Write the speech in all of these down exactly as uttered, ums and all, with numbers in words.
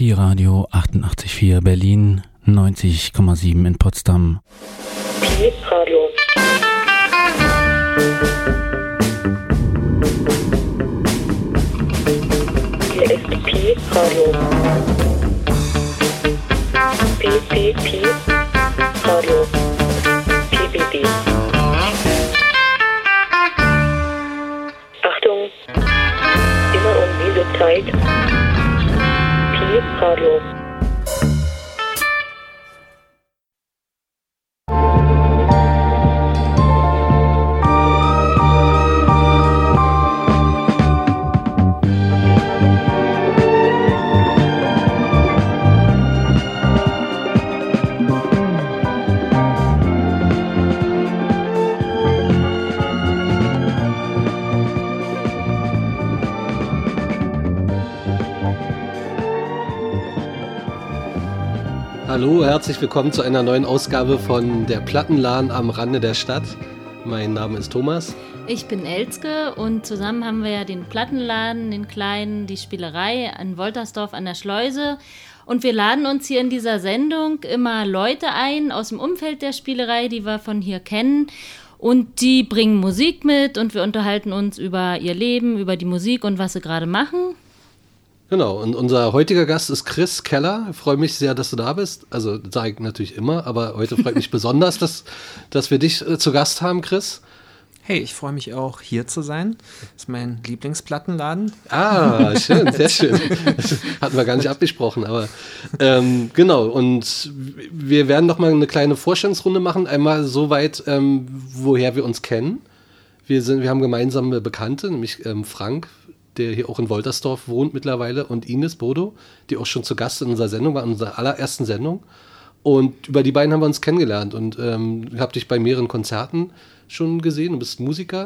Pi-Radio achtundachtzig Komma vier Berlin, neunzig Komma sieben in Potsdam. Pi-Radio. Hier ist Pi-Radio. Pi, Pi, Pi, Radio. Pi, Pi, Pi. Achtung, immer um diese Zeit. Pi-Radio. Hallo, herzlich willkommen zu einer neuen Ausgabe von der Plattenladen am Rande der Stadt. Mein Name ist Thomas. Ich bin Elske und zusammen haben wir ja den Plattenladen, den kleinen, die Spielerei in Woltersdorf an der Schleuse. Und wir laden uns hier in dieser Sendung immer Leute ein aus dem Umfeld der Spielerei, die wir von hier kennen. Und die bringen Musik mit und wir unterhalten uns über ihr Leben, über die Musik und was sie gerade machen. Genau, und unser heutiger Gast ist Chris Keller. Ich freue mich sehr, dass du da bist. Also sage ich natürlich immer, aber heute freut mich besonders, dass, dass wir dich äh, zu Gast haben, Chris. Hey, ich freue mich auch, hier zu sein. Das ist mein Lieblingsplattenladen. Ah, schön, sehr schön. Das hatten wir gar nicht abgesprochen, aber ähm, genau. Und wir werden noch mal eine kleine Vorstellungsrunde machen. Einmal so weit, ähm, woher wir uns kennen. Wir, sind, wir haben gemeinsame Bekannte, nämlich ähm, Frank, der hier auch in Woltersdorf wohnt mittlerweile, und Ines Bodo, die auch schon zu Gast in unserer Sendung war, in unserer allerersten Sendung. Und über die beiden haben wir uns kennengelernt und ähm, ich habe dich bei mehreren Konzerten schon gesehen. Du bist Musiker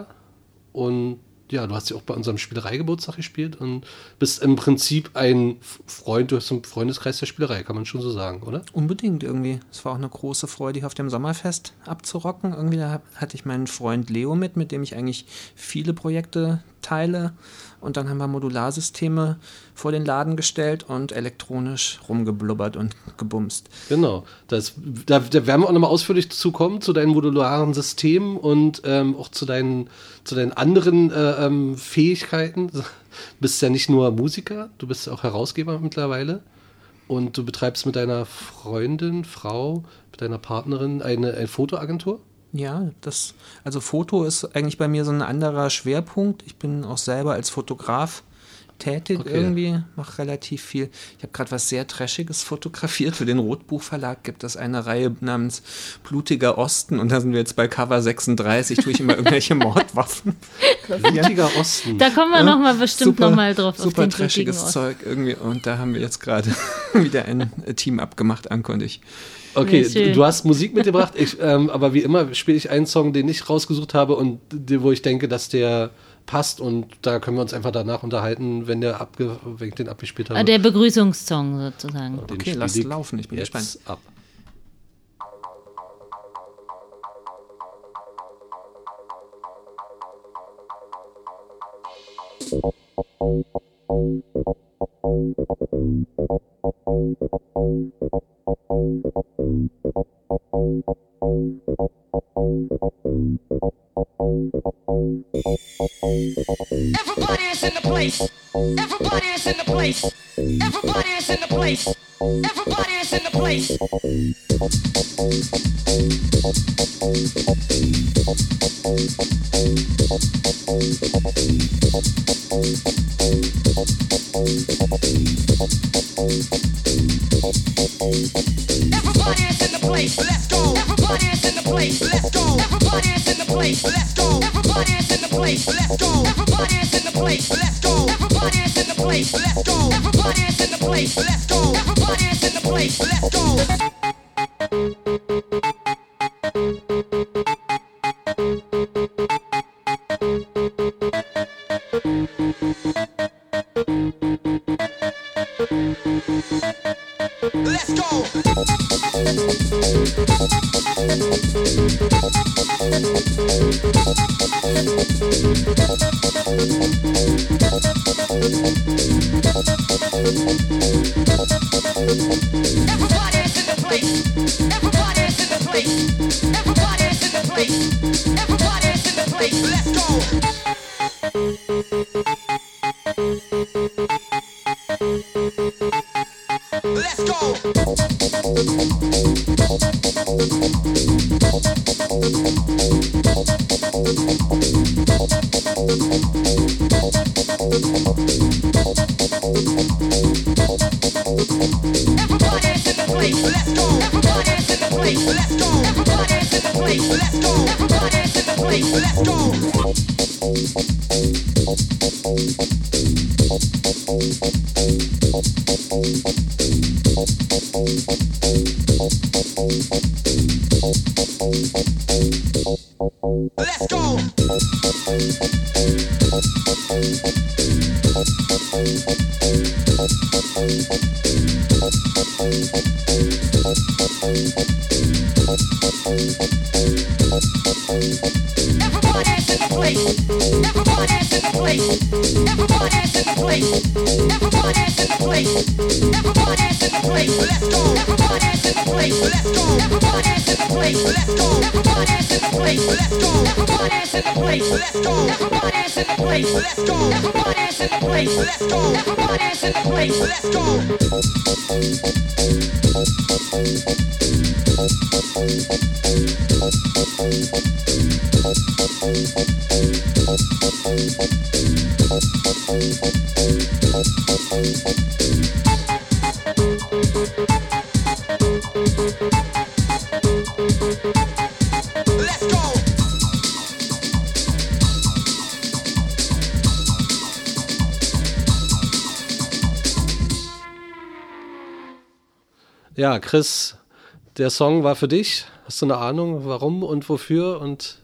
und ja, du hast ja auch bei unserem Spielereigeburtstag gespielt und bist im Prinzip ein Freund, du hast einen Freundeskreis der Spielerei, kann man schon so sagen, oder? Unbedingt irgendwie. Es war auch eine große Freude, hier auf dem Sommerfest abzurocken. Irgendwie da hatte ich meinen Freund Leo mit, mit dem ich eigentlich viele Projekte teile. Und dann haben wir Modularsysteme vor den Laden gestellt und elektronisch rumgeblubbert und gebumst. Genau. Das, da, da werden wir auch nochmal ausführlich zu kommen, zu deinen modularen Systemen und ähm, auch zu deinen, zu deinen anderen äh, ähm, Fähigkeiten. Du bist ja nicht nur Musiker, du bist auch Herausgeber mittlerweile. Und du betreibst mit deiner Freundin, Frau, mit deiner Partnerin eine, eine Fotoagentur. Ja, das, also Foto ist eigentlich bei mir so ein anderer Schwerpunkt. Ich bin auch selber als Fotograf tätig okay. irgendwie, mache relativ viel. Ich habe gerade was sehr Trashiges fotografiert. Für den Rotbuchverlag gibt es eine Reihe namens Blutiger Osten und da sind wir jetzt bei Cover sechsunddreißig, tue ich immer irgendwelche Mordwaffen. Blutiger Osten. Da kommen wir ja, nochmal bestimmt nochmal drauf. Super auf den trashiges Zeug irgendwie und da haben wir jetzt gerade wieder ein Team abgemacht, Anke und ich. Okay, du, du hast Musik mitgebracht, ich, ähm, aber wie immer spiele ich einen Song, den ich rausgesucht habe und die, wo ich denke, dass der passt und da können wir uns einfach danach unterhalten, wenn, der abge, wenn ich den abgespielt habe. Der Begrüßungssong sozusagen. Den okay, lass laufen, ich bin jetzt gespannt. Ab. Everybody is in the place. Everybody is in the place. Everybody is in the place. Everybody is in the place. Everybody is in the place. Let's go. Everybody is in the place. Let's go. Everybody is in the place. Let's go. Everybody is in the place. Let's go. Everybody is in the place. Let's go. Everybody is in the place. Let's go. Everybody is in the place. Let's go. Everybody is in the place. Let's go. Let's go. Let's go. Everybody's in the place. Everybody's in the place. Everybody's in the place. Everybody's in the place. Let's go. Let's go. Everybody's in the place. Let's go. Everybody's in the place. Let's go. Everybody's in the place. Let's go. Everybody's in the place. Let's go. Let's go. Everybody's in the place. Everybody's in the place. Everybody's in the place. Everybody's in the place. Everybody's in the place. Let's go. Everybody's in the place. Let's go. Everybody's in the place. Let's go. Everybody's in the place. Let's go. Everybody's in the place. Let's go. Everybody's in the place. Let's go. Everybody's in the place. Let's go. Everybody's in the place. Let's go. Let's go. Ja, Chris, der Song war für dich. Hast du eine Ahnung, warum und wofür? Und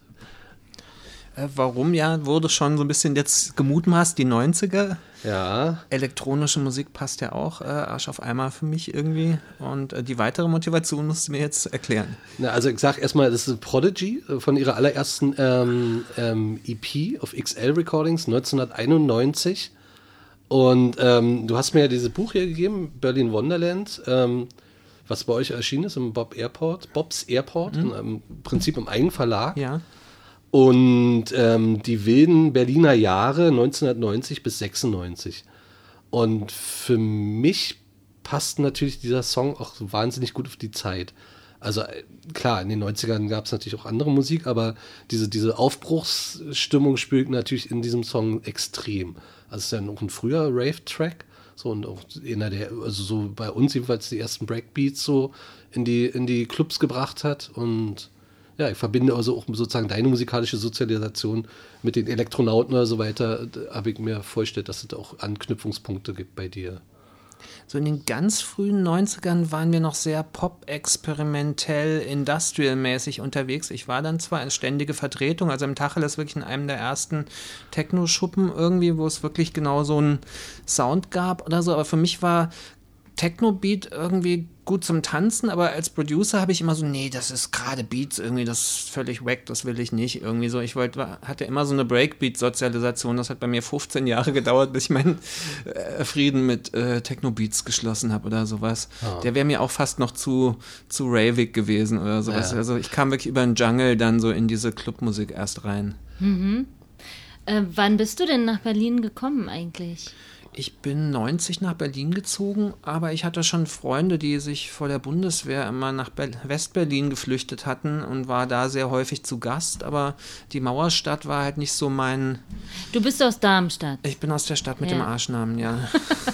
Äh, warum? Ja, wurde schon so ein bisschen jetzt gemutmaßt, die neunziger. ja, Elektronische Musik passt ja auch äh, Arsch auf einmal für mich irgendwie. Und äh, die weitere Motivation musst du mir jetzt erklären. na, also ich sag erstmal, das ist Prodigy äh, von ihrer allerersten ähm, ähm, E P auf X L Recordings neunzehnhunderteinundneunzig. Und ähm, du hast mir ja dieses Buch hier gegeben, Berlin Wonderland, ähm, was bei euch erschienen ist im Bob Airport, Bob's Airport, in, im Prinzip im Eigenverlag. Ja. Und ähm, die wilden Berliner Jahre neunzehnhundertneunzig bis sechsundneunzig. Und für mich passt natürlich dieser Song auch so wahnsinnig gut auf die Zeit. Also äh, klar, in den neunzigern gab es natürlich auch andere Musik, aber diese, diese Aufbruchsstimmung spielt natürlich in diesem Song extrem. Also es ist ja noch ein früher Rave-Track. So, und auch einer der, also so bei uns jedenfalls die ersten Breakbeats so in die, in die Clubs gebracht hat. Und ja, ich verbinde also auch sozusagen deine musikalische Sozialisation mit den Elektronauten oder so weiter. Da habe ich mir vorgestellt, dass es da auch Anknüpfungspunkte gibt bei dir. So in den ganz frühen neunzigern waren wir noch sehr pop-experimentell, industrial-mäßig unterwegs. Ich war dann zwar als ständige Vertretung, also im Tacheles wirklich in einem der ersten Techno-Schuppen irgendwie, wo es wirklich genau so einen Sound gab oder so, aber für mich war Techno-Beat irgendwie gut zum Tanzen, aber als Producer habe ich immer so, nee, das ist gerade Beats irgendwie, das ist völlig wack, das will ich nicht irgendwie so. Ich wollte, hatte immer so eine Breakbeat-Sozialisation, das hat bei mir fünfzehn Jahre gedauert, bis ich meinen äh, Frieden mit äh, Techno-Beats geschlossen habe oder sowas. Oh. Der wäre mir auch fast noch zu, zu ravig gewesen oder sowas. Ja. Also ich kam wirklich über den Jungle dann so in diese Clubmusik erst rein. Mhm. Äh, wann bist du denn nach Berlin gekommen eigentlich? Ich bin neunzig nach Berlin gezogen, aber ich hatte schon Freunde, die sich vor der Bundeswehr immer nach Be- Westberlin geflüchtet hatten und war da sehr häufig zu Gast, aber die Mauerstadt war halt nicht so mein... Du bist aus Darmstadt. Ich bin aus der Stadt mit Ja. dem Arschnamen, ja.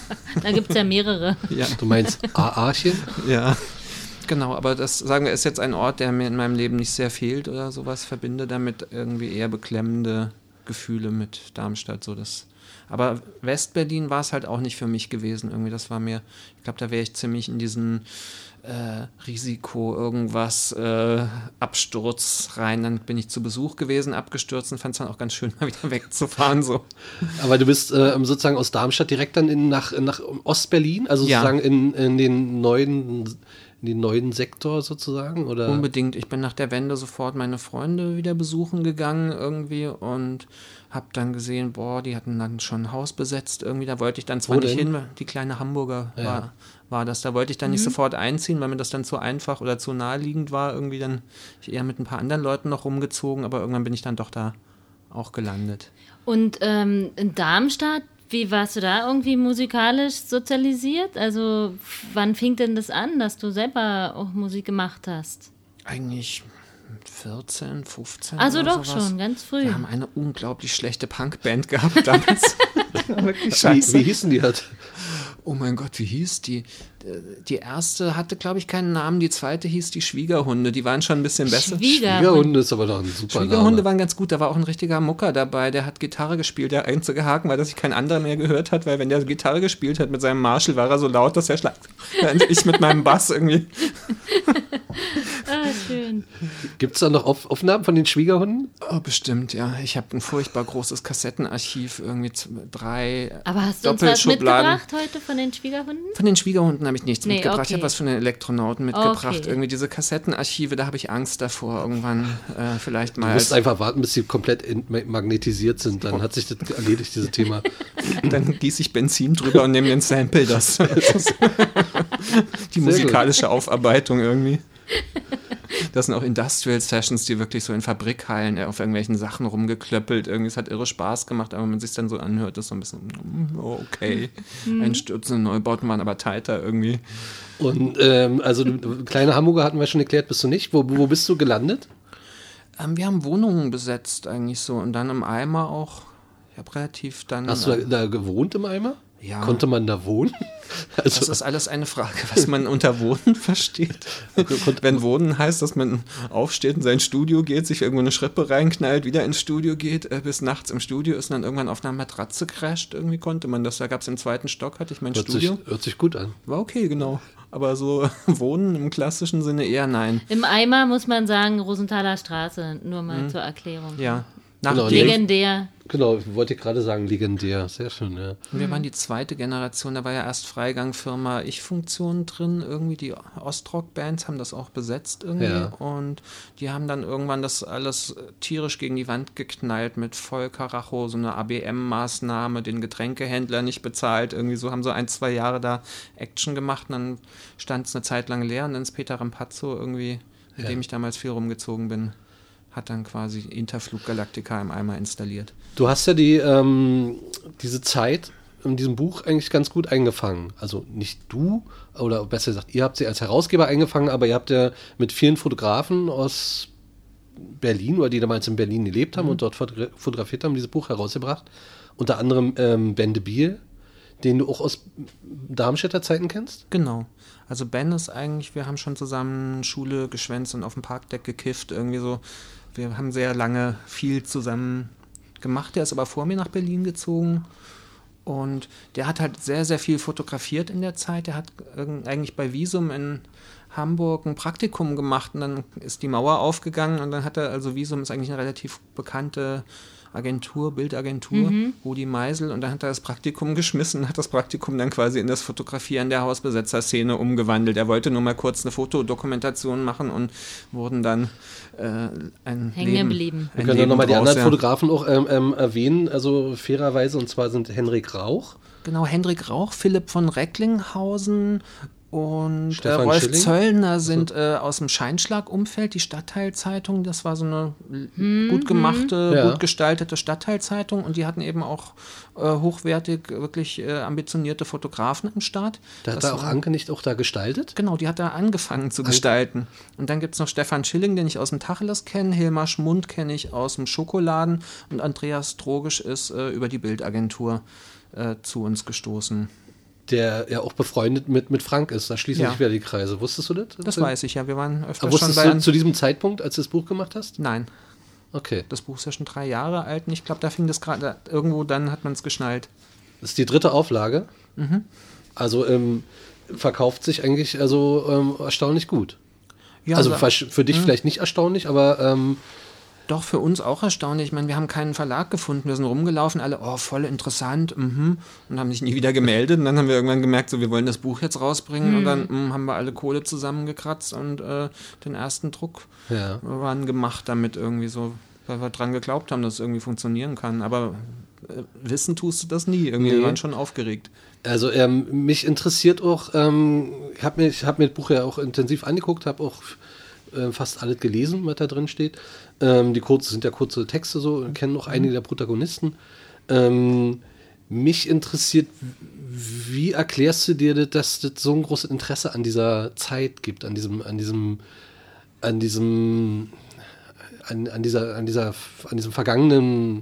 Da gibt es ja mehrere. ja. Du meinst A-Archen? Ja. Genau, aber das, sagen wir, ist jetzt ein Ort, der mir in meinem Leben nicht sehr fehlt oder sowas, verbinde damit irgendwie eher beklemmende Gefühle mit Darmstadt, so das... Aber Westberlin war es halt auch nicht für mich gewesen. Irgendwie, das war mir, ich glaube, da wäre ich ziemlich in diesen äh, Risiko, irgendwas, äh, Absturz rein. Dann bin ich zu Besuch gewesen, abgestürzt und fand es dann auch ganz schön, mal wieder wegzufahren. So. Aber du bist äh, sozusagen aus Darmstadt direkt dann in, nach, nach Ostberlin, also Ja. sozusagen in, in den neuen in den neuen Sektor sozusagen? Oder? Unbedingt. Ich bin nach der Wende sofort meine Freunde wieder besuchen gegangen irgendwie und habe dann gesehen, boah, die hatten dann schon ein Haus besetzt irgendwie. Da wollte ich dann zwar Wo nicht denn? hin, die kleine Hamburger Ja. war, war das. Da wollte ich dann nicht sofort einziehen, weil mir das dann zu einfach oder zu naheliegend war. Irgendwie dann ich eher mit ein paar anderen Leuten noch rumgezogen, aber irgendwann bin ich dann doch da auch gelandet. Und ähm, in Darmstadt, wie warst du da irgendwie musikalisch sozialisiert? Also wann fing denn das an, dass du selber auch Musik gemacht hast? Eigentlich vierzehn, fünfzehn Also oder doch sowas. schon, ganz früh. Wir haben eine unglaublich schlechte Punkband gehabt damals. Wirklich Wie, scheiße. wie hießen die halt? Oh mein Gott, wie hieß die? Die erste hatte, glaube ich, keinen Namen. Die zweite hieß die Schwiegerhunde. Die waren schon ein bisschen besser. Schwiegerhund. Schwiegerhunde ist aber doch ein super Schwiegerhunde Name. waren ganz gut. Da war auch ein richtiger Mucker dabei. Der hat Gitarre gespielt. Der einzige Haken war, dass ich kein anderer mehr gehört hat, weil wenn der Gitarre gespielt hat mit seinem Marshall, war er so laut, dass er schlag. Während ich mit meinem Bass irgendwie. Ah, schön. Gibt es da noch Auf Aufnahmen von den Schwiegerhunden? Oh, bestimmt, ja. Ich habe ein furchtbar großes Kassettenarchiv. Irgendwie z- drei Aber hast du uns was Doppelschubladen. mitgebracht heute von den Schwiegerhunden? Von den Schwiegerhunden habe ich nichts Nee, mitgebracht. Ich okay. habe was von den Elektronauten mitgebracht. Okay. Irgendwie diese Kassettenarchive, da habe ich Angst davor, irgendwann äh, vielleicht Du mal. musst Als, einfach warten, bis sie komplett ent- magnetisiert sind. Dann hat sich das erledigt, dieses Thema. dann gieße ich Benzin drüber und nehme den Sample. Das, das ist die musikalische Aufarbeitung irgendwie. Das sind auch Industrial Sessions, die wirklich so in Fabrikhallen äh, auf irgendwelchen Sachen rumgeklöppelt. Irgendwie, es hat irre Spaß gemacht, aber wenn man sich dann so anhört, ist so ein bisschen, mm, oh, okay. Einstürzende Neubauten waren aber tighter irgendwie. Und ähm, also du, kleine Hamburger hatten wir schon erklärt, bist du nicht. Wo, wo bist du gelandet? Ähm, wir haben Wohnungen besetzt eigentlich so und dann im Eimer auch. Ich habe relativ dann. Hast du da, da gewohnt im Eimer? Ja. Konnte man da wohnen? Also, Das ist alles eine Frage, was man unter Wohnen versteht. Wenn Wohnen heißt, dass man aufsteht in sein Studio geht, sich irgendwo eine Schrippe reinknallt, wieder ins Studio geht, äh, bis nachts im Studio ist und dann irgendwann auf einer Matratze crasht, irgendwie konnte man das. Da gab es im zweiten Stock, hatte ich mein hört, sich, Studio. hört sich gut an. War okay, genau. Aber so Wohnen im klassischen Sinne eher nein. Im Eimer muss man sagen, Rosenthaler Straße, nur mal zur Erklärung. Ja. Nach Genau, dem- Legendär. Genau, wollte ich gerade sagen, legendär. Sehr schön, ja. Wir waren die zweite Generation, da war ja erst Freigang-Firma Ich-Funktion drin, irgendwie die Ostrock-Bands haben das auch besetzt irgendwie Ja. und die haben dann irgendwann das alles tierisch gegen die Wand geknallt mit Vollkaracho, so eine A B M-Maßnahme, den Getränkehändler nicht bezahlt, irgendwie so, haben so ein, zwei Jahre da Action gemacht und dann stand es eine Zeit lang leer und dann ist Peter Rampazzo irgendwie, mit Ja. dem ich damals viel rumgezogen bin, hat dann quasi Interflug Galactica im Eimer installiert. Du hast ja die, ähm, diese Zeit in diesem Buch eigentlich ganz gut eingefangen. Also nicht du, oder besser gesagt, ihr habt sie als Herausgeber eingefangen, aber ihr habt ja mit vielen Fotografen aus Berlin oder die damals in Berlin gelebt haben und dort fotogra- fotografiert haben, dieses Buch herausgebracht. Unter anderem ähm, Ben de Biel, den du auch aus Darmstädter Zeiten kennst. Genau. Also Ben ist eigentlich, wir haben schon zusammen Schule geschwänzt und auf dem Parkdeck gekifft, irgendwie so. Wir haben sehr lange viel zusammen gemacht. Der ist aber vor mir nach Berlin gezogen und der hat halt sehr, sehr viel fotografiert in der Zeit. Der hat irgend- eigentlich bei Visum in Hamburg ein Praktikum gemacht und dann ist die Mauer aufgegangen und dann hat er, also Visum ist eigentlich eine relativ bekannte Agentur, Bildagentur, Rudi Meisel, und dann hat er das Praktikum geschmissen, hat das Praktikum dann quasi in das Fotografieren der Hausbesetzerszene umgewandelt. Er wollte nur mal kurz eine Fotodokumentation machen und wurden dann äh, ein Hängen Leben, geblieben. Wir ein können ja Leben nochmal die draus, anderen ja. Fotografen auch ähm, ähm, erwähnen, also fairerweise, und zwar sind Henrik Rauch. Genau, Hendrik Rauch, Philipp von Recklinghausen und äh, Stefan Rolf Schilling? Zöllner sind äh, aus dem Scheinschlag-Umfeld, die Stadtteilzeitung, das war so eine gut gemachte, Ja. gut gestaltete Stadtteilzeitung und die hatten eben auch äh, hochwertig, wirklich äh, ambitionierte Fotografen im Start. Da hat Das er auch war- Anke nicht auch da gestaltet. Genau, die hat da angefangen zu gestalten. Und dann gibt es noch Stefan Schilling, den ich aus dem Tacheles kenne, Hilmar Schmund kenne ich aus dem Schokoladen und Andreas Drogisch ist äh, über die Bildagentur äh, zu uns gestoßen. Der ja auch befreundet mit, mit Frank ist. Da schließen Ja. sich wieder die Kreise. Wusstest du das? Das weiß ich ja, wir waren öfter Aber schon wusstest bei... du zu diesem Zeitpunkt, als du das Buch gemacht hast? Nein, Okay. das Buch ist ja schon drei Jahre alt und ich glaube, da fing das gerade... Irgendwo dann hat man es geschnallt. Das ist die dritte Auflage. Mhm. Also ähm, verkauft sich eigentlich also ähm, erstaunlich gut. Ja, also also- für, für dich vielleicht nicht erstaunlich, aber ähm, Doch, für uns auch erstaunlich. Ich meine, wir haben keinen Verlag gefunden. Wir sind rumgelaufen, alle, oh, voll interessant, mhm, und haben sich nie wieder gemeldet. Und dann haben wir irgendwann gemerkt, so, wir wollen das Buch jetzt rausbringen. Mhm. Und dann mh, haben wir alle Kohle zusammengekratzt und äh, den ersten Druck ja. waren gemacht damit irgendwie so, weil wir dran geglaubt haben, dass es irgendwie funktionieren kann. Aber äh, wissen tust du das nie. Irgendwie, nee. Wir waren schon aufgeregt. Also ähm, mich interessiert auch, ähm, ich habe mir, hab mir das Buch ja auch intensiv angeguckt, habe auch äh, fast alles gelesen, was da drin steht. Ähm, die kurze, sind ja kurze Texte so, kennen auch einige der Protagonisten. Ähm, mich interessiert, wie erklärst du dir, dass das so ein großes Interesse an dieser Zeit gibt, an diesem, an diesem, an diesem, an, an dieser, an dieser, an diesem vergangenen,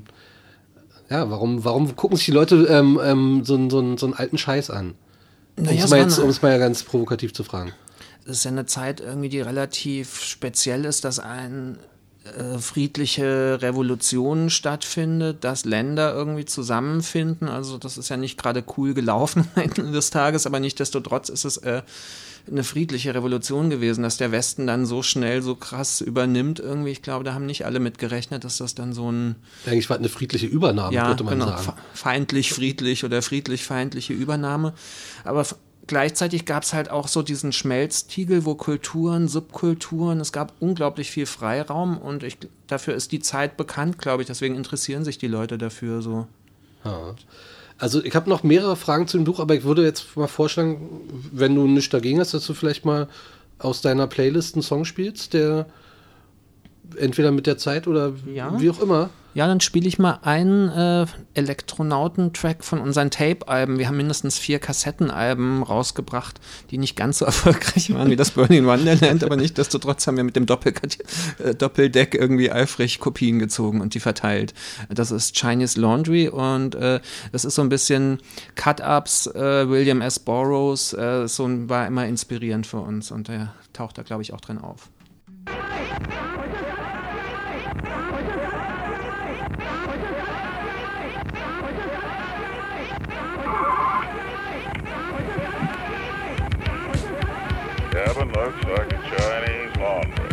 ja, warum, warum gucken sich die Leute ähm, ähm, so, so, so einen alten Scheiß an? Um es mal, jetzt, um es mal ja ganz provokativ zu fragen. Es ist ja eine Zeit irgendwie, die relativ speziell ist, dass ein äh, friedliche Revolution stattfindet, dass Länder irgendwie zusammenfinden. Also das ist ja nicht gerade cool gelaufen am Ende des Tages, aber nichtsdestotrotz ist es äh, eine friedliche Revolution gewesen, dass der Westen dann so schnell, so krass übernimmt irgendwie. Ich glaube, da haben nicht alle mit gerechnet, dass das dann so ein... Eigentlich war eine friedliche Übernahme, ja, würde man genau, sagen. Feindlich-friedlich oder friedlich-feindliche Übernahme. Aber gleichzeitig gab es halt auch so diesen Schmelztiegel, wo Kulturen, Subkulturen, es gab unglaublich viel Freiraum und ich, dafür ist die Zeit bekannt, glaube ich. Deswegen interessieren sich die Leute dafür so. Ja. Also ich habe noch mehrere Fragen zu dem Buch, aber ich würde jetzt mal vorschlagen, wenn du nichts dagegen hast, dass du vielleicht mal aus deiner Playlist einen Song spielst, der entweder mit der Zeit oder ja. wie auch immer. Ja, dann spiele ich mal einen äh, Elektronauten-Track von unseren Tape-Alben. Wir haben mindestens vier Kassettenalben rausgebracht, die nicht ganz so erfolgreich waren wie das Burning Wonderland, aber nichtsdestotrotz haben wir mit dem Doppelkat- äh, Doppeldeck irgendwie eifrig Kopien gezogen und die verteilt. Das ist Chinese Laundry und äh, das ist so ein bisschen Cut-Ups, äh, William S. Burroughs, äh, so ein, war immer inspirierend für uns und der taucht da, glaube ich, auch drin auf. Cabin looks like a Chinese laundry.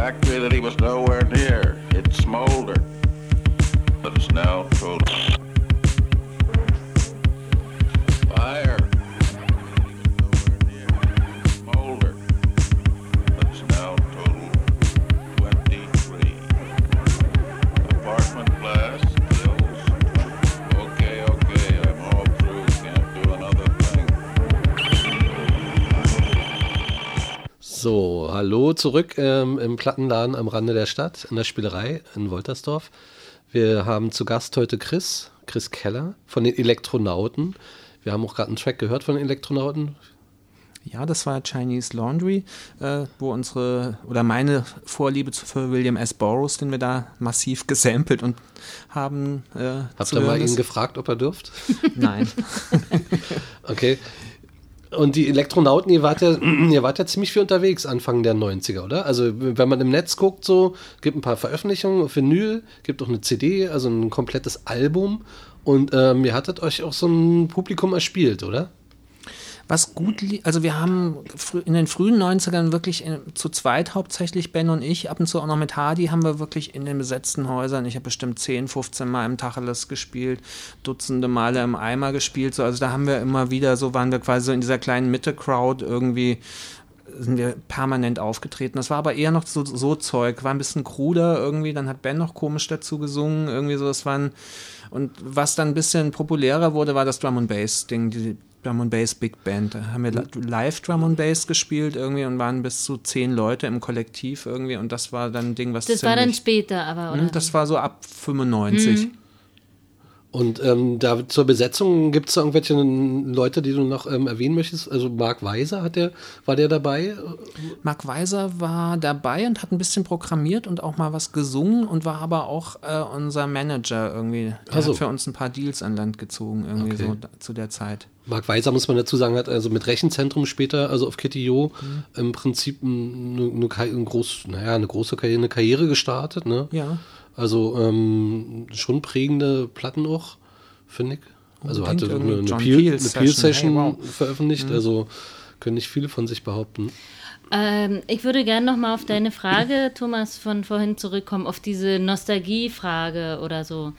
factory that he was nowhere near. It smoldered, but it's now total. Fire. Smolder, but it's now total twenty-three. Apartment glass, bills. Okay, okay, I'm all through. Can't do another thing. So, hallo zurück ähm, im Plattenladen am Rande der Stadt, in der Spielerei in Woltersdorf. Wir haben zu Gast heute Chris, Chris Keller von den Elektronauten. Wir haben auch gerade einen Track gehört von den Elektronauten. Ja, das war Chinese Laundry, äh, wo unsere, oder meine Vorliebe für William S. Burroughs, den wir da massiv gesampelt und haben. Äh, Habt ihr mal ihn gefragt, ob er dürft? Nein. Okay. Und die Elektronauten, ihr wart, ja, ihr wart ja ziemlich viel unterwegs Anfang der neunziger, oder? Also wenn man im Netz guckt, so, gibt ein paar Veröffentlichungen auf Vinyl, gibt auch eine C D, also ein komplettes Album. Und ähm, ihr hattet euch auch so ein Publikum erspielt, oder? Was gut lief, also wir haben frü- in den frühen neunzigern wirklich in, zu zweit hauptsächlich, Ben und ich, ab und zu auch noch mit Hardy, haben wir wirklich in den besetzten Häusern, ich habe bestimmt zehn, fünfzehn Mal im Tacheles gespielt, Dutzende Male im Eimer gespielt, so, also da haben wir immer wieder, so waren wir quasi so in dieser kleinen Mitte-Crowd irgendwie, sind wir permanent aufgetreten. Das war aber eher noch so, so Zeug, war ein bisschen kruder irgendwie, dann hat Ben noch komisch dazu gesungen, irgendwie so, das waren, und was dann ein bisschen populärer wurde, war das Drum and Bass Ding, die Drum and Bass Big Band. Da haben wir live Drum and Bass gespielt irgendwie und waren bis zu zehn Leute im Kollektiv irgendwie und das war dann ein Ding, was Das ziemlich, war dann später, aber, oder? Das war so ab fünfundneunzig. Mhm. Und ähm, da zur Besetzung gibt es irgendwelche Leute, die du noch ähm, erwähnen möchtest? Also Mark Weiser, hat der, war der dabei? Mark Weiser war dabei und hat ein bisschen programmiert und auch mal was gesungen und war aber auch äh, unser Manager irgendwie. Der Ach so. hat für uns ein paar Deals an Land gezogen irgendwie Okay. so da, zu der Zeit. Mark Weiser, muss man dazu sagen, hat also mit Rechenzentrum später, also auf Kitty Jo, Mhm. im Prinzip eine, eine, eine, groß, naja, eine große Karriere, eine Karriere gestartet. Ne? Ja. Also ähm, schon prägende Platten auch, finde ich. Also Unbedingt hatte irgendwie eine, eine John Peel, Peel eine Session, Peel-Session hey, wow. veröffentlicht, Mhm. also können nicht viele von sich behaupten. Ähm, ich würde gerne nochmal auf deine Frage, Thomas, von vorhin zurückkommen, auf diese Nostalgie-Frage oder so.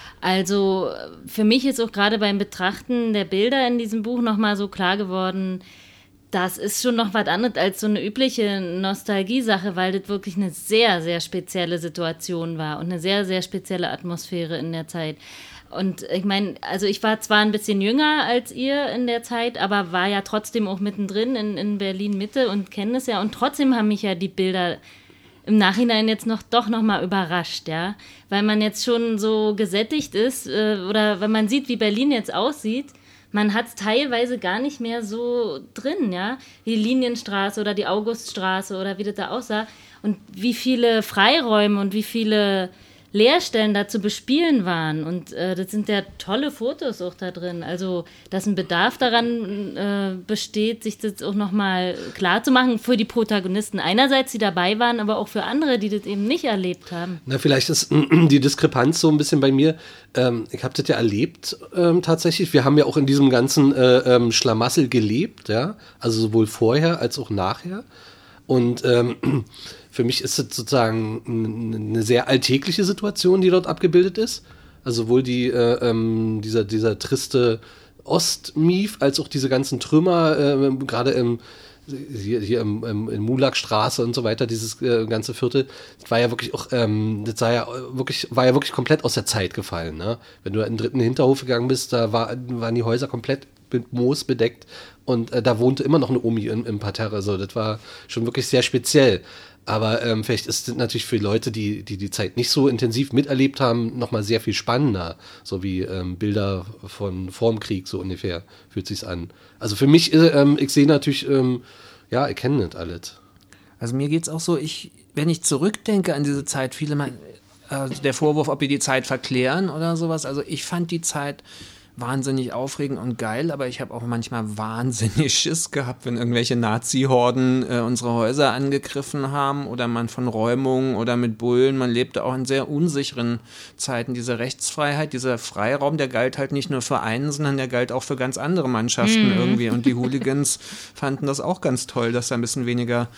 Also für mich ist auch gerade beim Betrachten der Bilder in diesem Buch nochmal so klar geworden, das ist schon noch was anderes als so eine übliche Nostalgie-Sache, weil das wirklich eine sehr, sehr spezielle Situation war und eine sehr, sehr spezielle Atmosphäre in der Zeit. Und ich meine, also ich war zwar ein bisschen jünger als ihr in der Zeit, aber war ja trotzdem auch mittendrin in, in Berlin-Mitte und kenne es ja. Und trotzdem haben mich ja die Bilder im Nachhinein jetzt noch doch noch mal überrascht, ja. Weil man jetzt schon so gesättigt ist äh, oder wenn man sieht, wie Berlin jetzt aussieht, man hat es teilweise gar nicht mehr so drin, ja. Die Linienstraße oder die Auguststraße oder wie das da aussah. Und wie viele Freiräume und wie viele Leerstellen da zu bespielen waren. Und äh, das sind ja tolle Fotos auch da drin. Also, dass ein Bedarf daran äh, besteht, sich das auch nochmal klar zu machen für die Protagonisten einerseits, die dabei waren, aber auch für andere, die das eben nicht erlebt haben. Na, vielleicht ist die Diskrepanz so ein bisschen bei mir. Ähm, ich habe das ja erlebt ähm, tatsächlich. Wir haben ja auch in diesem ganzen äh, ähm, Schlamassel gelebt, ja. Also sowohl vorher als auch nachher. Und ähm, für mich ist es sozusagen eine sehr alltägliche Situation, die dort abgebildet ist. Also sowohl die, äh, ähm, dieser, dieser triste Ostmief, als auch diese ganzen Trümmer, äh, gerade im, hier, hier im, im, in Mulakstraße und so weiter, dieses äh, ganze Viertel, das war ja wirklich auch, ähm, das sah ja wirklich, war ja wirklich komplett aus der Zeit gefallen. Ne? Wenn du in den dritten Hinterhof gegangen bist, da war, waren die Häuser komplett mit Moos bedeckt und äh, da wohnte immer noch eine Omi im, im Parterre. Also das war schon wirklich sehr speziell. Aber ähm, vielleicht ist es natürlich für Leute, die, die die Zeit nicht so intensiv miterlebt haben, nochmal sehr viel spannender. So wie ähm, Bilder von vorm Krieg, so ungefähr, fühlt sich's an. Also für mich, äh, ähm, ich sehe natürlich, ähm, ja, ich kenne das alles. Also mir geht's auch so, ich, wenn ich zurückdenke an diese Zeit, viele meinen, äh, der Vorwurf, ob wir die Zeit verklären oder sowas, also ich fand die Zeit wahnsinnig aufregend und geil, aber ich habe auch manchmal wahnsinnig Schiss gehabt, wenn irgendwelche Nazi-Horden äh, unsere Häuser angegriffen haben oder man von Räumungen oder mit Bullen, man lebte auch in sehr unsicheren Zeiten. Diese Rechtsfreiheit, dieser Freiraum, der galt halt nicht nur für einen, sondern der galt auch für ganz andere Mannschaften Mhm. irgendwie und die Hooligans fanden das auch ganz toll, dass da ein bisschen weniger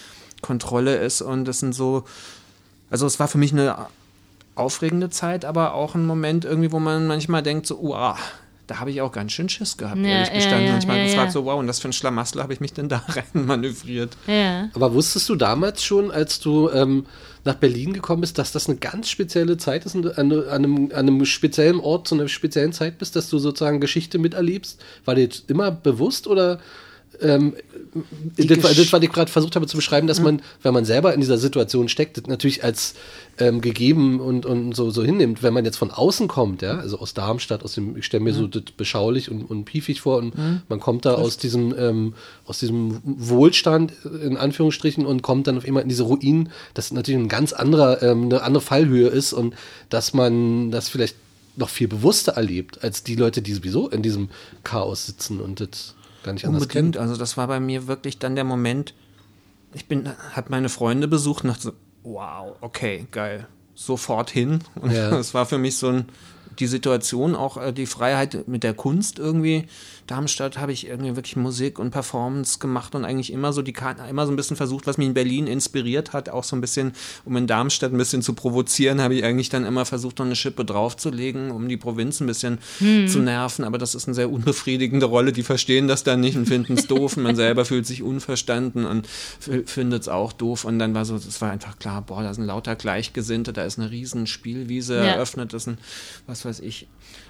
Kontrolle ist und das sind so, also es war für mich eine aufregende Zeit, aber auch ein Moment irgendwie, wo man manchmal denkt so, uah, da habe ich auch ganz schön Schiss gehabt, Ja, ehrlich ja, gestanden. ja, manchmal ja, gefragt ja. so, wow, und was für ein Schlamassel habe ich mich denn da rein manövriert? Ja. Aber wusstest du damals schon, als du ähm, nach Berlin gekommen bist, dass das eine ganz spezielle Zeit ist, und an, an, einem, an einem speziellen Ort zu einer speziellen Zeit bist, dass du sozusagen Geschichte miterlebst? War dir das immer bewusst oder ähm, das, war, das, was ich gerade versucht habe zu beschreiben, dass man, wenn man selber in dieser Situation steckt, das natürlich als ähm, gegeben und, und so, so hinnimmt. Wenn man jetzt von außen kommt, ja, also aus Darmstadt, aus dem, ich stelle mir so das beschaulich und, und piefig vor und man kommt da aus diesem, ähm, aus diesem Wohlstand, in Anführungsstrichen, und kommt dann auf einmal in diese Ruinen, das natürlich ein ganz anderer, ähm, eine andere Fallhöhe ist und dass man das vielleicht noch viel bewusster erlebt, als die Leute, die sowieso in diesem Chaos sitzen und das gar nicht anders kennen. Unbedingt, also das war bei mir wirklich dann der Moment, ich bin, habe meine Freunde besucht und dachte so, wow, okay, geil, sofort hin. Und Ja. das war für mich so ein, die Situation, auch äh, die Freiheit mit der Kunst irgendwie. Darmstadt habe ich irgendwie wirklich Musik und Performance gemacht und eigentlich immer so die Karten, immer so ein bisschen versucht, was mich in Berlin inspiriert hat, auch so ein bisschen, um in Darmstadt ein bisschen zu provozieren, habe ich eigentlich dann immer versucht, noch eine Schippe draufzulegen, um die Provinz ein bisschen zu nerven, aber das ist eine sehr unbefriedigende Rolle, die verstehen das dann nicht und finden es doof und man selber fühlt sich unverstanden und findet es auch doof und dann war so, es war einfach klar, boah, da sind lauter Gleichgesinnte, da ist eine riesen Spielwiese Ja. eröffnet, das sind, was weiß ich,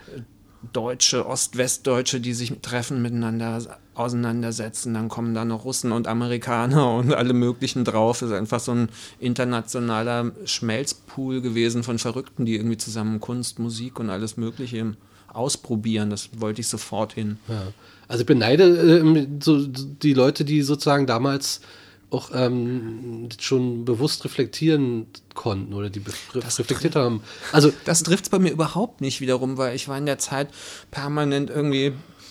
Deutsche, Ost-Westdeutsche, die sich treffen, miteinander auseinandersetzen. Dann kommen da noch Russen und Amerikaner und alle möglichen drauf. Es ist einfach so ein internationaler Schmelzpool gewesen von Verrückten, die irgendwie zusammen Kunst, Musik und alles Mögliche ausprobieren. Das wollte ich sofort hin. Ja. Also ich beneide äh, so die Leute, die sozusagen damals auch ähm, schon bewusst reflektieren konnten oder die be- reflektiert haben. Also Das trifft es bei mir überhaupt nicht wiederum, weil ich war in der Zeit permanent irgendwie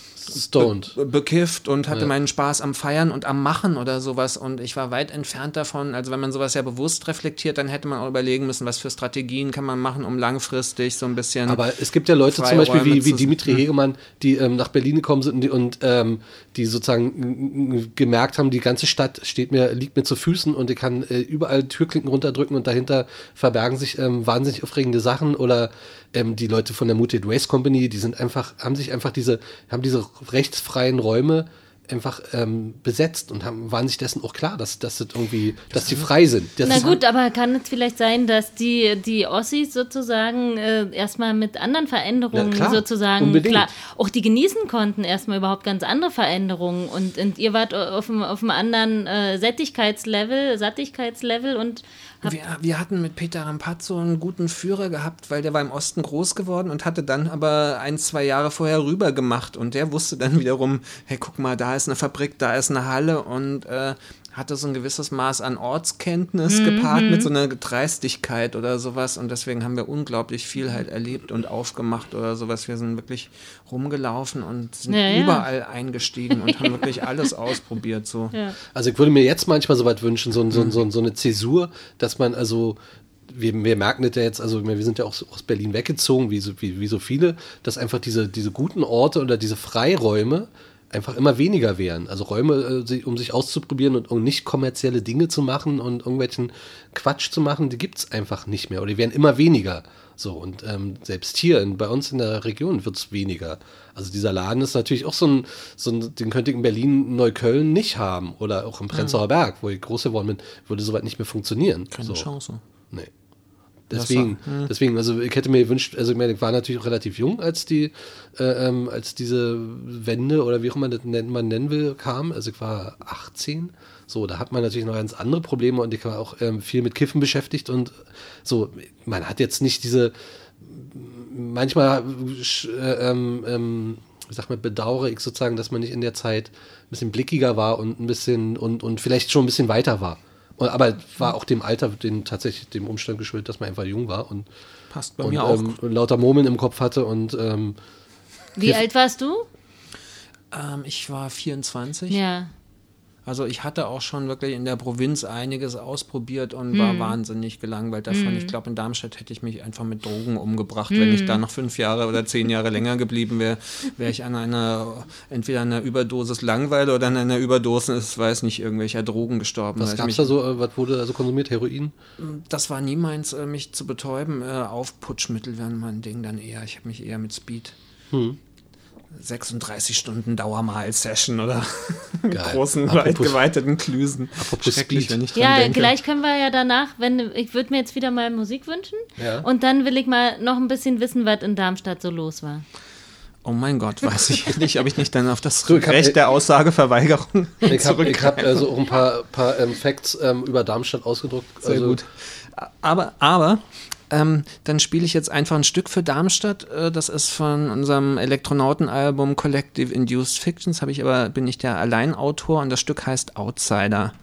stoned. be- bekifft und hatte Ja. meinen Spaß am Feiern und am Machen oder sowas und ich war weit entfernt davon. Also wenn man sowas ja bewusst reflektiert, dann hätte man auch überlegen müssen, was für Strategien kann man machen, um langfristig so ein bisschen... Aber es gibt ja Leute zum Beispiel Freiräume wie, wie zu- Dimitri Hegemann, die ähm, nach Berlin gekommen sind und, die, und ähm, die sozusagen äh, gemerkt haben, die ganze Stadt steht mir, liegt mir zu Füßen und ich kann äh, überall Türklinken runterdrücken und dahinter verbergen sich ähm, wahnsinnig aufregende Sachen oder ähm, die Leute von der Muted Waste Company, die sind einfach, haben sich einfach diese, haben diese rechtsfreien Räume einfach ähm, besetzt und haben, waren sich dessen auch klar, dass, dass das irgendwie, dass die frei sind. Das Na ist- gut, aber kann es vielleicht sein, dass die, die Ossis sozusagen äh, erstmal mit anderen Veränderungen Na klar, sozusagen, unbedingt. klar, auch die genießen konnten erstmal überhaupt ganz andere Veränderungen und, und ihr wart auf einem, auf einem anderen äh, Sättigkeitslevel, Sattigkeitslevel und habt, Wir, wir hatten mit Peter Rampazzo einen guten Führer gehabt, weil der war im Osten groß geworden und hatte dann aber ein, zwei Jahre vorher rüber gemacht und der wusste dann wiederum, hey, guck mal, da ist eine Fabrik, da ist eine Halle und äh, hatte so ein gewisses Maß an Ortskenntnis Mhm. gepaart mit so einer Dreistigkeit oder sowas und deswegen haben wir unglaublich viel halt erlebt und aufgemacht oder sowas. Wir sind wirklich rumgelaufen und sind Ja, ja. überall eingestiegen und haben wirklich alles ausprobiert so. ja. Also ich würde mir jetzt manchmal so weit wünschen, so, so, so, so eine Zäsur, dass man also, wir, wir merken das ja jetzt, also wir sind ja auch so aus Berlin weggezogen, wie so, wie, wie so viele, dass einfach diese, diese guten Orte oder diese Freiräume einfach immer weniger wären. Also Räume, äh, sie- um sich auszuprobieren und um nicht kommerzielle Dinge zu machen und irgendwelchen Quatsch zu machen, die gibt es einfach nicht mehr oder die werden immer weniger. So, und ähm, selbst hier in, bei uns in der Region wird es weniger. Also dieser Laden ist natürlich auch so ein, so ein, den könnte ich in Berlin, Neukölln nicht haben oder auch im Prenzlauer Berg, wo ich groß geworden bin, würde soweit nicht mehr funktionieren. Keine so. Chance. Nee. Das Deswegen, war- hm. deswegen, also ich hätte mir gewünscht, also ich meine, ich war natürlich auch relativ jung, als die, äh, ähm, als diese Wende oder wie auch immer das nennt, man nennen will, kam. Also ich war achtzehn. So, da hat man natürlich noch ganz andere Probleme und ich war auch ähm, viel mit Kiffen beschäftigt und so, man hat jetzt nicht diese, manchmal, äh, ähm, ähm, ich sag mal, bedauere ich sozusagen, dass man nicht in der Zeit ein bisschen blickiger war und ein bisschen und, und vielleicht schon ein bisschen weiter war. Und, aber war auch dem Alter, den, tatsächlich dem Umstand geschuldet, dass man einfach jung war und, Passt bei und, mir auch. ähm, und lauter Murmeln im Kopf hatte und ähm, Wie alt warst du? Ähm, ich war vierundzwanzig. Ja. Also ich hatte auch schon wirklich in der Provinz einiges ausprobiert und war wahnsinnig gelangweilt davon. Ich glaube, in Darmstadt hätte ich mich einfach mit Drogen umgebracht. Wenn ich da noch fünf Jahre oder zehn Jahre länger geblieben wäre, wäre ich an einer, entweder an einer Überdosis Langeweile oder an einer Überdosis, weiß nicht, irgendwelcher Drogen gestorben. Was Weil ich gab's mich- da so, äh, was wurde da so konsumiert? Heroin? Das war nie meins, äh, mich zu betäuben. Äh, Aufputschmittel wären mein Ding dann eher. Ich habe mich eher mit Speed. sechsunddreißig Stunden Dauermal-Session oder großen, weit Apropos- geweiteten Klüsen. Apropos Schrecklich, Speed. wenn ich dran Ja, denke. gleich können wir ja danach, wenn ich würde mir jetzt wieder mal Musik wünschen Ja. und dann will ich mal noch ein bisschen wissen, was in Darmstadt so los war. Oh mein Gott, weiß ich nicht, ob ich nicht dann auf das So, ich hab- Recht der Aussageverweigerung Ich habe ich zurückgreife. hab, also auch ein paar, paar ähm, Facts ähm, über Darmstadt ausgedruckt. Sehr also, gut. Aber, aber ähm, dann spiele ich jetzt einfach ein Stück für Darmstadt. Äh, das ist von unserem Elektronautenalbum Collective Induced Fictions. Habe ich aber bin ich der Alleinautor und das Stück heißt Outsider.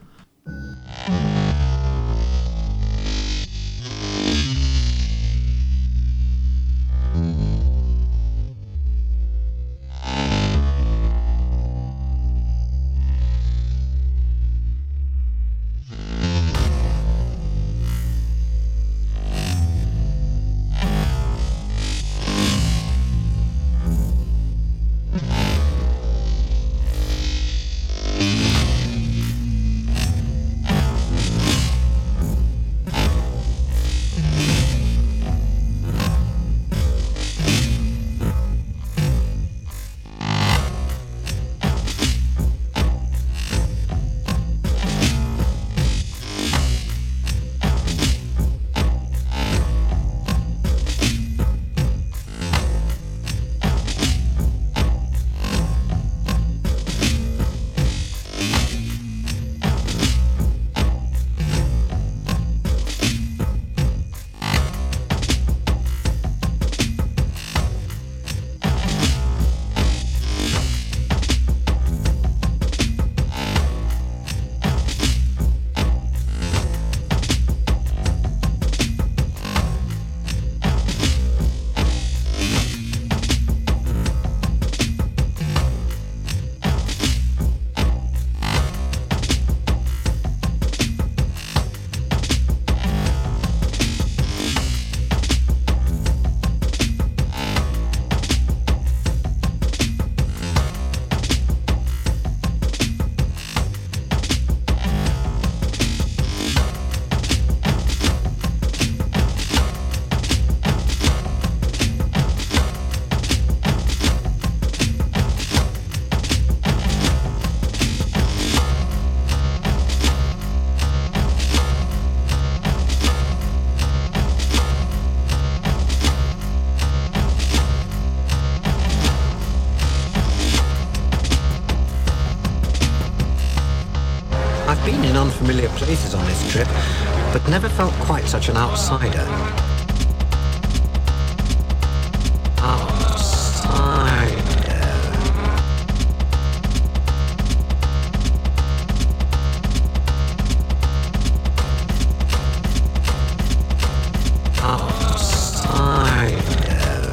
I've been in unfamiliar places on this trip, but never felt quite such an outsider. Outsider. Outsider.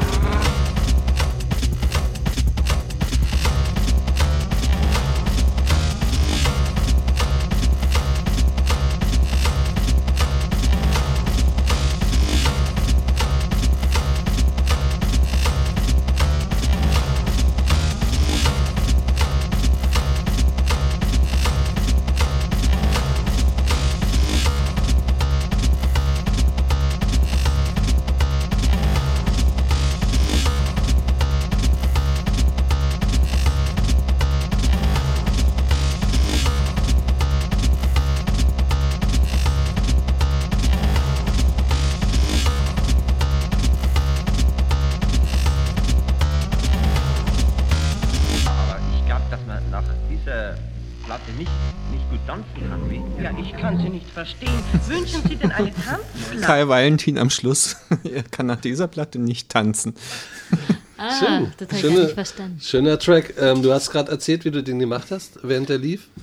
Aber ich glaube, dass man nach dieser Platte nicht, nicht gut tanzen kann. Wie? Ja, ich kann Sie nicht verstehen. Wünschen Sie denn eine Tanzplatte? Kai Valentin am Schluss. Er kann nach dieser Platte nicht tanzen. Ah, Schön. das habe ich Schöne- gar nicht verstanden. Schöner Track. Ähm, du hast gerade erzählt, wie du den gemacht hast, während der lief.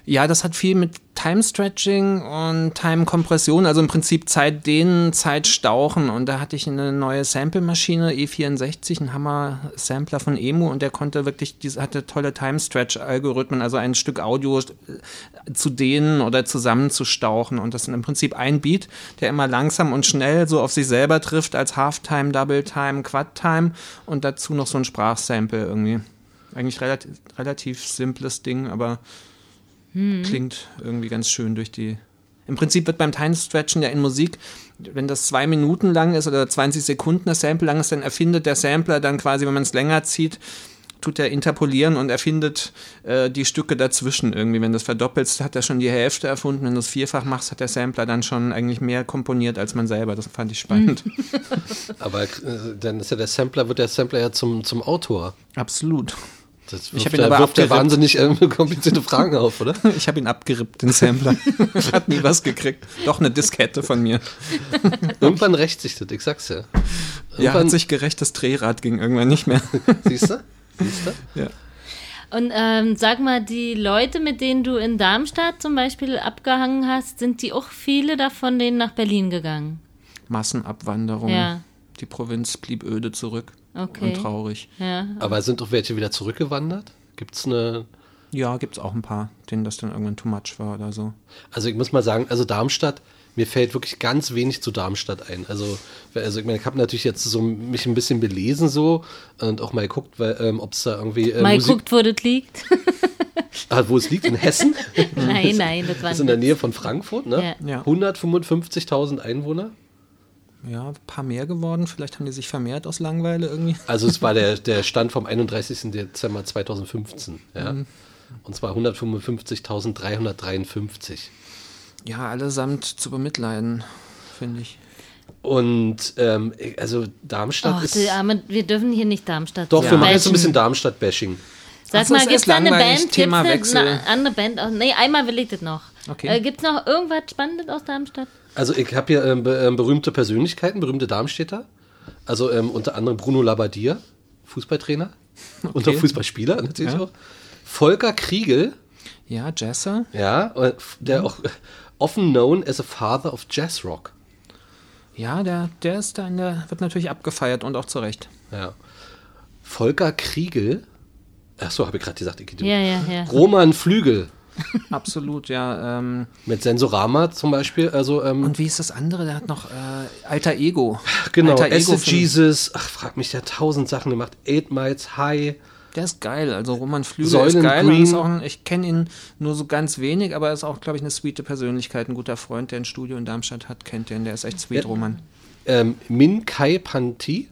Ja, das hat viel mit Time-Stretching und Time-Kompression, also im Prinzip Zeit dehnen, Zeit stauchen. Und da hatte ich eine neue Sample-Maschine, E vierundsechzig, ein Hammer-Sampler von Emu, und der konnte wirklich, diese hatte tolle Time-Stretch-Algorithmen, also ein Stück Audio zu dehnen oder zusammenzustauchen. Und das ist im Prinzip ein Beat, der immer langsam und schnell so auf sich selber trifft, als Half-Time, Double-Time, Quad-Time und dazu noch so ein Sprachsample irgendwie. Eigentlich relativ, relativ simples Ding, aber hm. klingt irgendwie ganz schön durch die... Im Prinzip wird beim Time-Stretchen ja in Musik, wenn das zwei Minuten lang ist oder zwanzig Sekunden das Sample lang ist, dann erfindet der Sampler dann quasi, wenn man es länger zieht, tut er interpolieren und erfindet äh, die Stücke dazwischen irgendwie. Wenn du es verdoppelst, hat er schon die Hälfte erfunden. Wenn du es vierfach machst, hat der Sampler dann schon eigentlich mehr komponiert als man selber. Das fand ich spannend. Aber äh, dann ist ja der Sampler, wird der Sampler ja zum, zum Autor. Absolut. Das wirft, ich habe ihn der, aber wirft der abgerippt. wahnsinnig äh, komplizierte Fragen auf, oder? Ich habe ihn abgerippt, den Sampler. Hat nie was gekriegt. Doch eine Diskette von mir. Irgendwann rächt sich das, ich sag's ja. Irgendwann Ja, hat sich gerecht, das Drehrad ging irgendwann nicht mehr. Siehst du? Siehst du? Ja. Und ähm, sag mal, die Leute, mit denen du in Darmstadt zum Beispiel abgehangen hast, sind die auch viele davon denen nach Berlin gegangen? Massenabwanderung. Ja. Die Provinz blieb öde zurück. Okay. Und traurig. Ja. Aber sind doch welche wieder zurückgewandert? Gibt's eine... Ja, gibt's auch ein paar, denen das dann irgendwann too much war oder so. Also ich muss mal sagen, also Darmstadt, mir fällt wirklich ganz wenig zu Darmstadt ein. Also, also ich meine, ich habe natürlich jetzt so mich ein bisschen belesen so und auch mal geguckt, weil, ähm, ob es da irgendwie... Äh, mal Musik- geguckt, wo das liegt. Ah, wo es liegt, in Hessen? Nein, nein, das war Das ist in der nicht. Nähe von Frankfurt, ne? Ja. Ja. hundertfünfundfünfzigtausend Einwohner. Ja, ein paar mehr geworden. Vielleicht haben die sich vermehrt aus Langeweile irgendwie. Also es war der, der Stand vom einunddreißigsten Dezember zweitausendfünfzehn. Ja? Mhm. Und zwar hundertfünfundfünfzigtausenddreihundertdreiundfünfzig. Ja, allesamt zu bemitleiden, finde ich. Und ähm, also Darmstadt Ach, ist... die Arme, wir dürfen hier nicht Darmstadt Doch, sagen. wir machen jetzt Bashen. ein bisschen Darmstadt-Bashing. Sag Ach so, mal, es gibt's ist da eine langweilig, Band? Themawechsel. Gibt's eine andere Band? Aus, nee, einmal will ich das noch. Okay. Äh, gibt's noch irgendwas Spannendes aus Darmstadt? Also ich habe hier ähm, be ähm, berühmte Persönlichkeiten, berühmte Darmstädter. Also ähm, unter anderem Bruno Labbadia, Fußballtrainer. Okay. Und auch Fußballspieler natürlich Ja. auch. Volker Kriegel, Ja, Jesser. ja, äh, der auch often known as a father of Jazz Rock. Ja, der, der ist da in der, wird natürlich abgefeiert und auch zu Recht. Ja. Volker Kriegel, ach so, habe ich gerade gesagt, ich Ja, ja, ja. Roman Flügel Absolut, ja. Ähm, mit Sensorama zum Beispiel. Also, ähm, und wie ist das andere? Der hat noch äh, Alter Ego. genau, Alter Ego Acid find- Jesus, ach, frag mich, der hat tausend Sachen gemacht. Eight Miles High. Der ist geil, also Roman Flügel Soylent ist geil. Green. Und ist auch ein, ich kenne ihn nur so ganz wenig, aber er ist auch, glaube ich, eine sweete Persönlichkeit. Ein guter Freund, der ein Studio in Darmstadt hat, kennt den. Der ist echt sweet, Ja. Roman. Ähm, Min Kai Panti.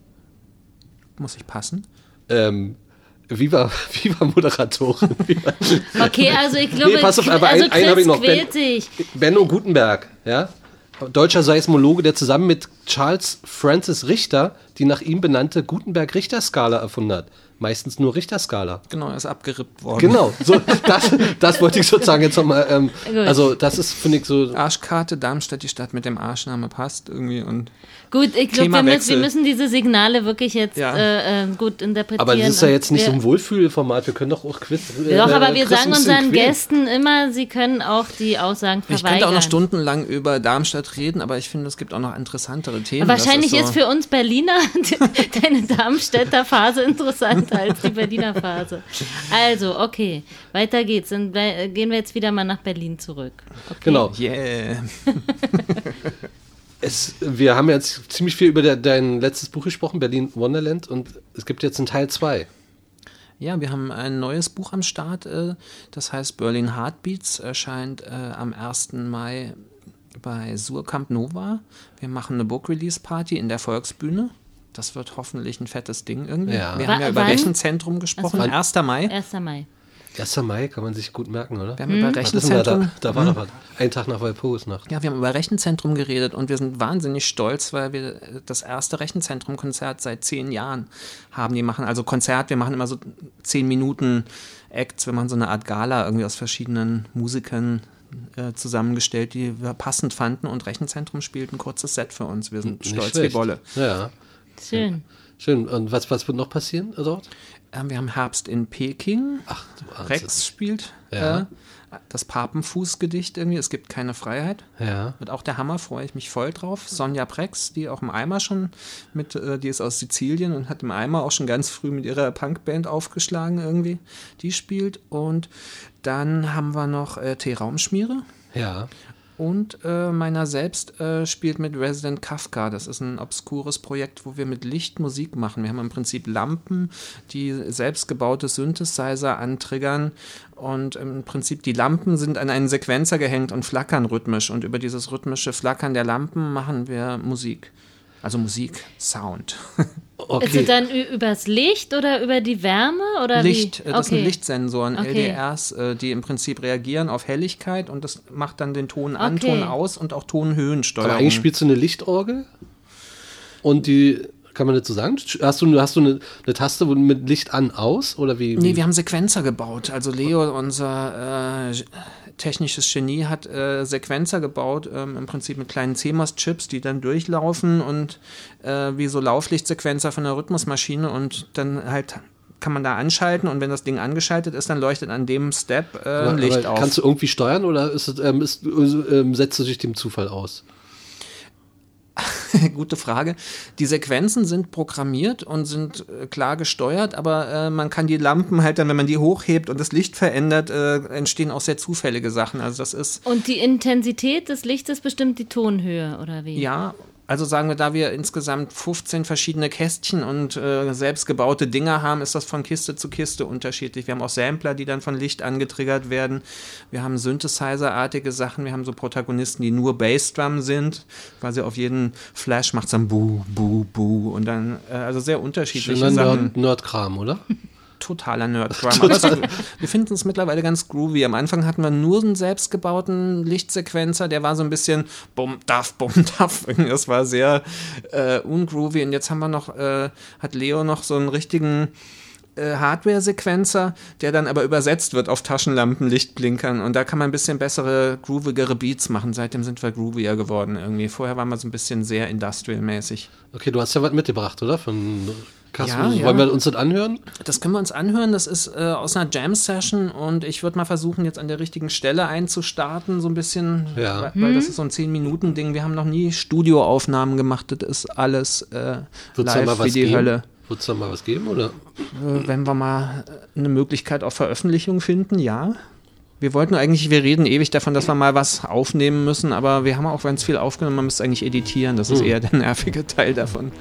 Muss ich passen? Ähm, Viva, Viva Moderatorin. Viva. Okay, also ich glaube, Nee, pass auf, aber also ein- einen hab ich Chris noch. Ben- quält sich. Benno Gutenberg, ja, deutscher Seismologe, der zusammen mit Charles Francis Richter die nach ihm benannte Gutenberg-Richter-Skala erfunden hat. Meistens nur Richter-Skala. Genau, er ist abgerippt worden. Genau, so, das, das wollte ich sozusagen jetzt nochmal. Ähm, Gut. also, das ist, finde ich, so. Arschkarte, Darmstadt, die Stadt mit dem Arschname passt irgendwie und Gut, ich glaube, wir, müssen- Themawechsel. wir müssen diese Signale wirklich jetzt Ja. äh, äh, gut interpretieren. Aber das ist ja und jetzt nicht so wir, ein Wohlfühlformat. Wir können doch auch Quiz. äh, Doch, aber wir Chris sagen ein bisschen unseren quälen. Gästen immer, sie können auch die Aussagen ich verweigern. könnte auch noch stundenlang über Darmstadt reden, aber ich finde, es gibt auch noch interessantere Themen. Aber wahrscheinlich Das ist, so, für uns Berliner deine Darmstädter Phase interessanter als die Berliner Phase. Also, okay, weiter geht's. Dann blei- gehen wir jetzt wieder mal nach Berlin zurück. Okay. Genau. Yeah. Es, wir haben jetzt ziemlich viel über der, dein letztes Buch gesprochen, Berlin Wonderland, und es gibt jetzt einen Teil zwei. Ja, wir haben ein neues Buch am Start, äh, das heißt Berlin Heartbeats, erscheint äh, am ersten Mai bei Surkamp Nova. Wir machen eine Book-Release-Party in der Volksbühne. Das wird hoffentlich ein fettes Ding irgendwie. Ja. Wir Wa- haben ja über wann? Rechenzentrum gesprochen, Ach so. erster Mai. erster Mai. erster Mai kann man sich gut merken, oder? Wir haben über Was ist denn da, da, Rechenzentrum... da war doch was. Ein Tag nach Walpurgisnacht. Ja, wir haben über Rechenzentrum geredet und wir sind wahnsinnig stolz, weil wir das erste Rechenzentrum-Konzert seit zehn Jahren haben. Die machen also Konzert, wir machen immer so zehn Minuten Acts, wir machen so eine Art Gala irgendwie aus verschiedenen Musikern äh, zusammengestellt, die wir passend fanden, und Rechenzentrum spielt ein kurzes Set für uns. Wir sind Nicht stolz wie schlecht. Bolle. Ja, Schön. schön. Und was, was wird noch passieren dort? Ähm, wir haben Herbst in Peking. Ach, du Wahnsinn. Rex spielt. Ja. Äh, das Papenfußgedicht irgendwie, es gibt keine Freiheit. Ja. Wird auch der Hammer, freue ich mich voll drauf. Sonja Prex, die auch im Eimer schon mit, äh, die ist aus Sizilien und hat im Eimer auch schon ganz früh mit ihrer Punkband aufgeschlagen irgendwie, die spielt. Und dann haben wir noch äh, T. Raumschmiere. Ja. Und äh, meiner selbst äh, spielt mit Resident Kafka. Das ist ein obskures Projekt, wo wir mit Licht Musik machen. Wir haben im Prinzip Lampen, die selbstgebaute Synthesizer antriggern. Und im Prinzip die Lampen sind an einen Sequenzer gehängt und flackern rhythmisch. Und über dieses rhythmische Flackern der Lampen machen wir Musik. Also Musik, Sound. Okay. Ist es dann ü- übers Licht oder über die Wärme? Oder Licht, wie? Das Okay. sind Lichtsensoren, Okay. L D Rs, äh, die im Prinzip reagieren auf Helligkeit und das macht dann den Ton an, Okay. Ton aus und auch Tonhöhensteuerung. Aber eigentlich spielst du eine Lichtorgel und die, kann man das so sagen? Hast du, hast du eine, eine Taste mit Licht an, aus? Oder wie? Nee, wie? wir haben Sequenzer gebaut. Also Leo, unser äh, technisches Genie, hat äh, Sequenzer gebaut, ähm, im Prinzip mit kleinen C M O S-Chips, die dann durchlaufen und äh, wie so Lauflichtsequenzer von der Rhythmusmaschine und dann halt kann man da anschalten und wenn das Ding angeschaltet ist, dann leuchtet an dem Step äh, aber, Licht aber auf. Kannst du irgendwie steuern oder ist es, ähm, ist, ähm, setzt du dich dem Zufall aus? Gute Frage. Die Sequenzen sind programmiert und sind äh, klar gesteuert, aber äh, man kann die Lampen halt dann, wenn man die hochhebt und das Licht verändert, äh, entstehen auch sehr zufällige Sachen. Also das ist Und die Intensität des Lichtes bestimmt die Tonhöhe, oder wie? ja. Also sagen wir, da wir insgesamt fünfzehn verschiedene Kästchen und äh, selbstgebaute Dinger haben, ist das von Kiste zu Kiste unterschiedlich. Wir haben auch Sampler, die dann von Licht angetriggert werden. Wir haben Synthesizer-artige Sachen. Wir haben so Protagonisten, die nur Bassdrum sind. Quasi auf jeden Flash macht es dann Buh, Buh, Buh. Und dann, äh, also sehr unterschiedliche Schöner Sachen. Nerd, Nerdkram, oder? Totaler Nerd-Drum. Aber das, wir finden es mittlerweile ganz groovy. Am Anfang hatten wir nur einen selbstgebauten Lichtsequenzer, der war so ein bisschen bum, daff, bum, daff. Das war sehr äh, ungroovy. Und jetzt haben wir noch, äh, hat Leo noch so einen richtigen äh, Hardware-Sequenzer, der dann aber übersetzt wird auf Taschenlampen, Lichtblinkern. Und da kann man ein bisschen bessere, groovigere Beats machen. Seitdem sind wir groovier geworden irgendwie. Vorher waren wir so ein bisschen sehr industrial-mäßig. Okay, du hast ja was mitgebracht, oder? Von Kasmus. Ja, ja. Wollen wir uns das anhören? Das können wir uns anhören. Das ist äh, aus einer Jam-Session und ich würde mal versuchen, jetzt an der richtigen Stelle einzustarten, so ein bisschen, Ja. weil, weil das ist so ein zehn Minuten Ding. Wir haben noch nie Studioaufnahmen gemacht. Das ist alles äh, Wird's da mal live was wie die geben? Hölle. Wird es da mal was geben, oder? Äh, wenn wir mal eine Möglichkeit auf Veröffentlichung finden, ja. Wir wollten eigentlich, wir reden ewig davon, dass wir mal was aufnehmen müssen, aber wir haben auch ganz viel aufgenommen, man müsste eigentlich editieren. Das ist Hm. eher der nervige Teil davon.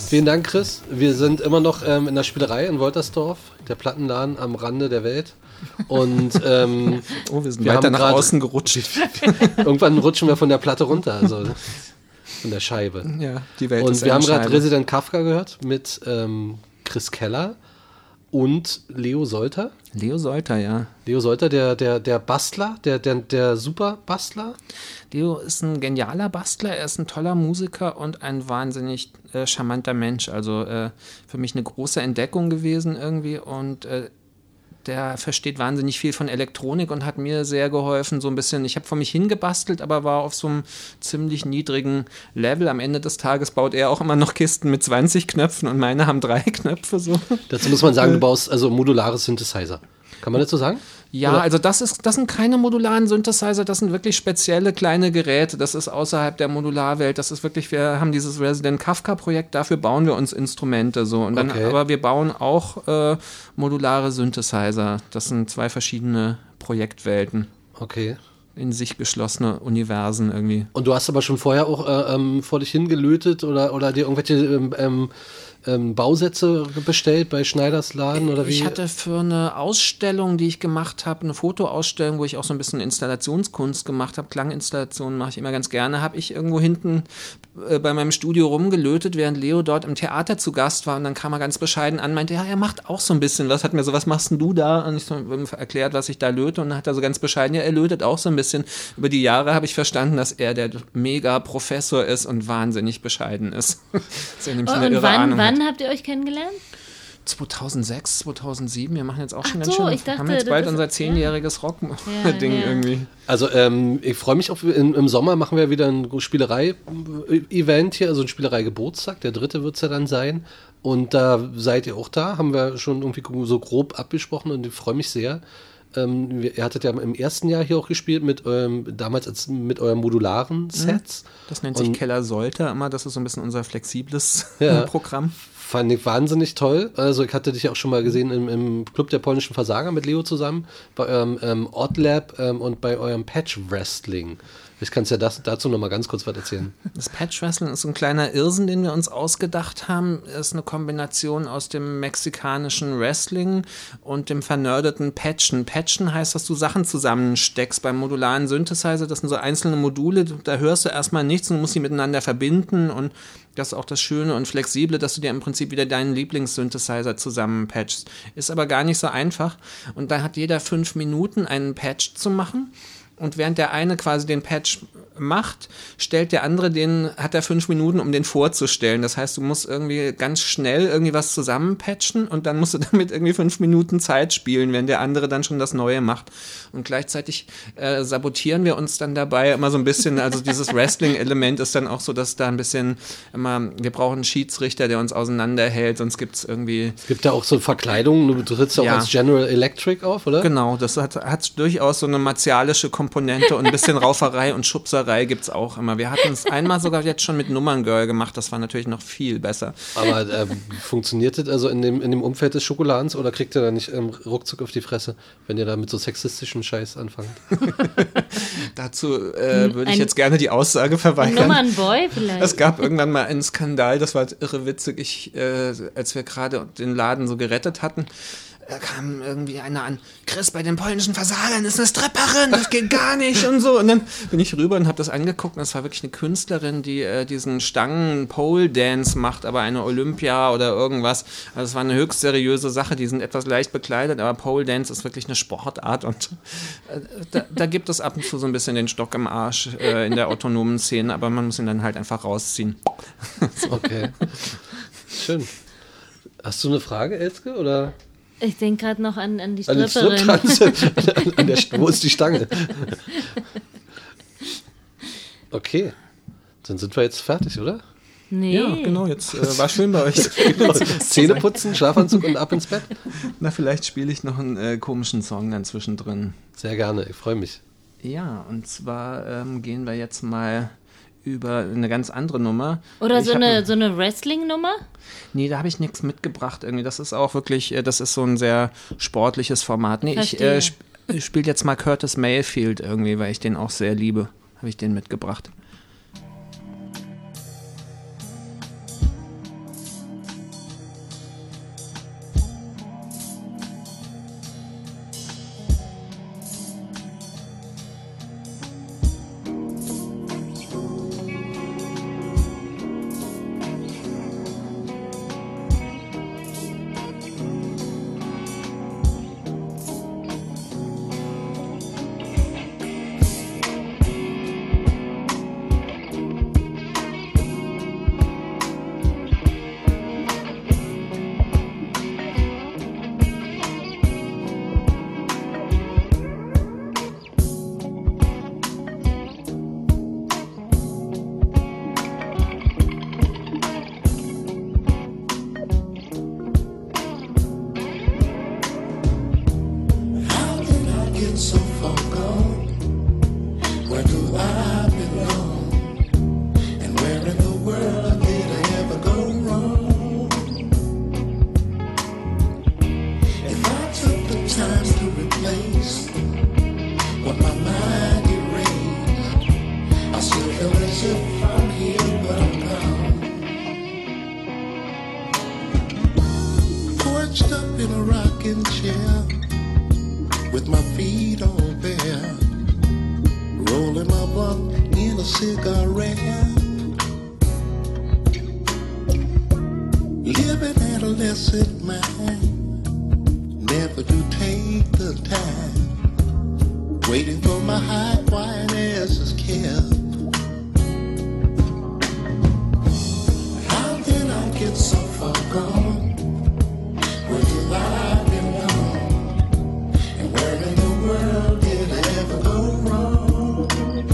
Vielen Dank, Chris. Wir sind immer noch ähm, in der Spielerei in Woltersdorf, der Plattenladen am Rande der Welt. Und ähm, oh, wir sind wir weiter haben nach grad- außen gerutscht. Irgendwann rutschen wir von der Platte runter, also von der Scheibe. Ja, die Welt Und ist wir eine haben gerade Scheibe. Resident Kafka gehört mit ähm, Chris Keller und Leo Solter. Leo Solter, ja. Leo Solter, der, der, der Bastler, der, der, der Super-Bastler. Leo ist ein genialer Bastler, er ist ein toller Musiker und ein wahnsinnig äh, charmanter Mensch. Also äh, für mich eine große Entdeckung gewesen irgendwie und äh, der versteht wahnsinnig viel von Elektronik und hat mir sehr geholfen, so ein bisschen, ich habe vor mich hingebastelt, aber war auf so einem ziemlich niedrigen Level. Am Ende des Tages baut er auch immer noch Kisten mit zwanzig Knöpfen und meine haben drei Knöpfe so. Dazu muss man sagen, du baust also modulare Synthesizer. Kann man das so sagen? Ja, Oder? also das ist, das sind keine modularen Synthesizer, das sind wirklich spezielle kleine Geräte. Das ist außerhalb der Modularwelt. Das ist wirklich, wir haben dieses Resident Kafka-Projekt, dafür bauen wir uns Instrumente so. Und dann, Okay. aber wir bauen auch äh, modulare Synthesizer. Das sind zwei verschiedene Projektwelten. Okay. In sich geschlossene Universen irgendwie. Und du hast aber schon vorher auch äh, ähm, vor dich hingelötet oder, oder dir irgendwelche ähm, ähm, ähm, Bausätze bestellt bei Schneiders Laden oder wie? Ich hatte für eine Ausstellung, die ich gemacht habe, eine Fotoausstellung, wo ich auch so ein bisschen Installationskunst gemacht habe, Klanginstallationen mache ich immer ganz gerne, habe ich irgendwo hinten äh, bei meinem Studio rumgelötet, während Leo dort im Theater zu Gast war und dann kam er ganz bescheiden an, meinte, ja, er macht auch so ein bisschen was, hat mir so, was machst denn du da? Und ich habe ihm erklärt, was ich da löte und dann hat er so ganz bescheiden, ja, er lötet auch so ein bisschen. Über die Jahre habe ich verstanden, dass er der Mega-Professor ist und wahnsinnig bescheiden ist. Dass er nämlich Oh, eine und irre wann, Ahnung hat. wann habt ihr euch kennengelernt? zweitausendsechs, zweitausendsieben, wir machen jetzt auch schon Ach ganz so, schön, ich dachte, haben jetzt das bald ist- unser zehnjähriges Rock-Ding Ja, ja. irgendwie. Also ähm, ich freue mich auf, in, im Sommer machen wir wieder ein Spielerei-Event hier, also ein Spielerei-Geburtstag, der dritte wird es ja dann sein. Und da seid ihr auch da, haben wir schon irgendwie so grob abgesprochen und ich freue mich sehr. Ähm, wir- ihr hattet ja im ersten Jahr hier auch gespielt mit eurem, damals als, mit euren modularen Sets. Das nennt sich Und- Keller Sollte immer, das ist so ein bisschen unser flexibles Ja. Programm. Fand ich wahnsinnig toll. Also ich hatte dich ja auch schon mal gesehen im, im Club der polnischen Versager mit Leo zusammen, bei eurem ähm, Oddlab ähm, und bei eurem Patch Wrestling. Ich kann es ja das, dazu noch mal ganz kurz was erzählen. Das Patch Wrestling ist so ein kleiner Irrsinn, den wir uns ausgedacht haben. Es ist eine Kombination aus dem mexikanischen Wrestling und dem vernördeten Patchen. Patchen heißt, dass du Sachen zusammensteckst. Beim modularen Synthesizer, das sind so einzelne Module, da hörst du erstmal nichts und musst sie miteinander verbinden und das ist auch das Schöne und Flexible, dass du dir im Prinzip wieder deinen Lieblingssynthesizer zusammenpatchst. Ist aber gar nicht so einfach und da hat jeder fünf Minuten einen Patch zu machen. Und während der eine quasi den Patch macht, stellt der andere den, hat er fünf Minuten, um den vorzustellen. Das heißt, du musst irgendwie ganz schnell irgendwie was zusammenpatchen und dann musst du damit irgendwie fünf Minuten Zeit spielen, während der andere dann schon das Neue macht. Und gleichzeitig äh, sabotieren wir uns dann dabei immer so ein bisschen, also dieses Wrestling-Element ist dann auch so, dass da ein bisschen immer, wir brauchen einen Schiedsrichter, der uns auseinanderhält, sonst gibt es irgendwie... Es gibt ja auch so Verkleidungen, du trittst ja auch Ja. als General Electric auf, oder? Genau, das hat, hat durchaus so eine martialische Komponente und ein bisschen Rauferei und Schubserei gibt es auch immer. Wir hatten es einmal sogar jetzt schon mit Nummerngirl gemacht, das war natürlich noch viel besser. Aber ähm, funktioniert das also in dem, in dem Umfeld des Schokoladens oder kriegt ihr da nicht ähm, ruckzuck auf die Fresse, wenn ihr da mit so sexistischen Scheiß anfangt? Dazu äh, würde ich Ein- jetzt gerne die Aussage verweigern. Nummernboy vielleicht. Es gab irgendwann mal einen Skandal, das war irre witzig, ich, äh, als wir gerade den Laden so gerettet hatten, da kam irgendwie einer an, Chris, bei den polnischen Versagern ist eine Stripperin, das geht gar nicht und so. Und dann bin ich rüber und habe das angeguckt und das war wirklich eine Künstlerin, die äh, diesen Stangen-Pole-Dance macht, aber eine Olympia oder irgendwas. Also es war eine höchst seriöse Sache, die sind etwas leicht bekleidet, aber Pole-Dance ist wirklich eine Sportart und äh, da, da gibt es ab und zu so ein bisschen den Stock im Arsch äh, in der autonomen Szene, aber man muss ihn dann halt einfach rausziehen. Okay. Schön. Hast du eine Frage, Elske, oder? Ich denke gerade noch an, an die An den Stripperin. Striptanz? An der, wo ist die Stange? Okay. Dann sind wir jetzt fertig, oder? Nee. Ja, genau, jetzt äh, war schön bei euch. Zähne putzen, Schlafanzug und ab ins Bett? Na, vielleicht spiele ich noch einen äh, komischen Song dann zwischendrin. Sehr gerne, ich freue mich. Ja, und zwar ähm, gehen wir jetzt mal über eine ganz andere Nummer. Oder Ich so hab eine, so eine Wrestling-Nummer? Nee, da habe ich nichts mitgebracht irgendwie. Das ist auch wirklich, äh, das ist so ein sehr sportliches Format. Nee, ich Verstehe. äh, sp spiele jetzt mal Curtis Mayfield irgendwie, weil ich den auch sehr liebe. Habe ich den mitgebracht. Perched up in a rocking chair with my feet on bare, rolling my blunt in a cigarette, living adolescent mind, never do take the time, waiting for my high quiet ass is kept. How did I get so far gone? Where do I belong? And where in the world did I ever go wrong?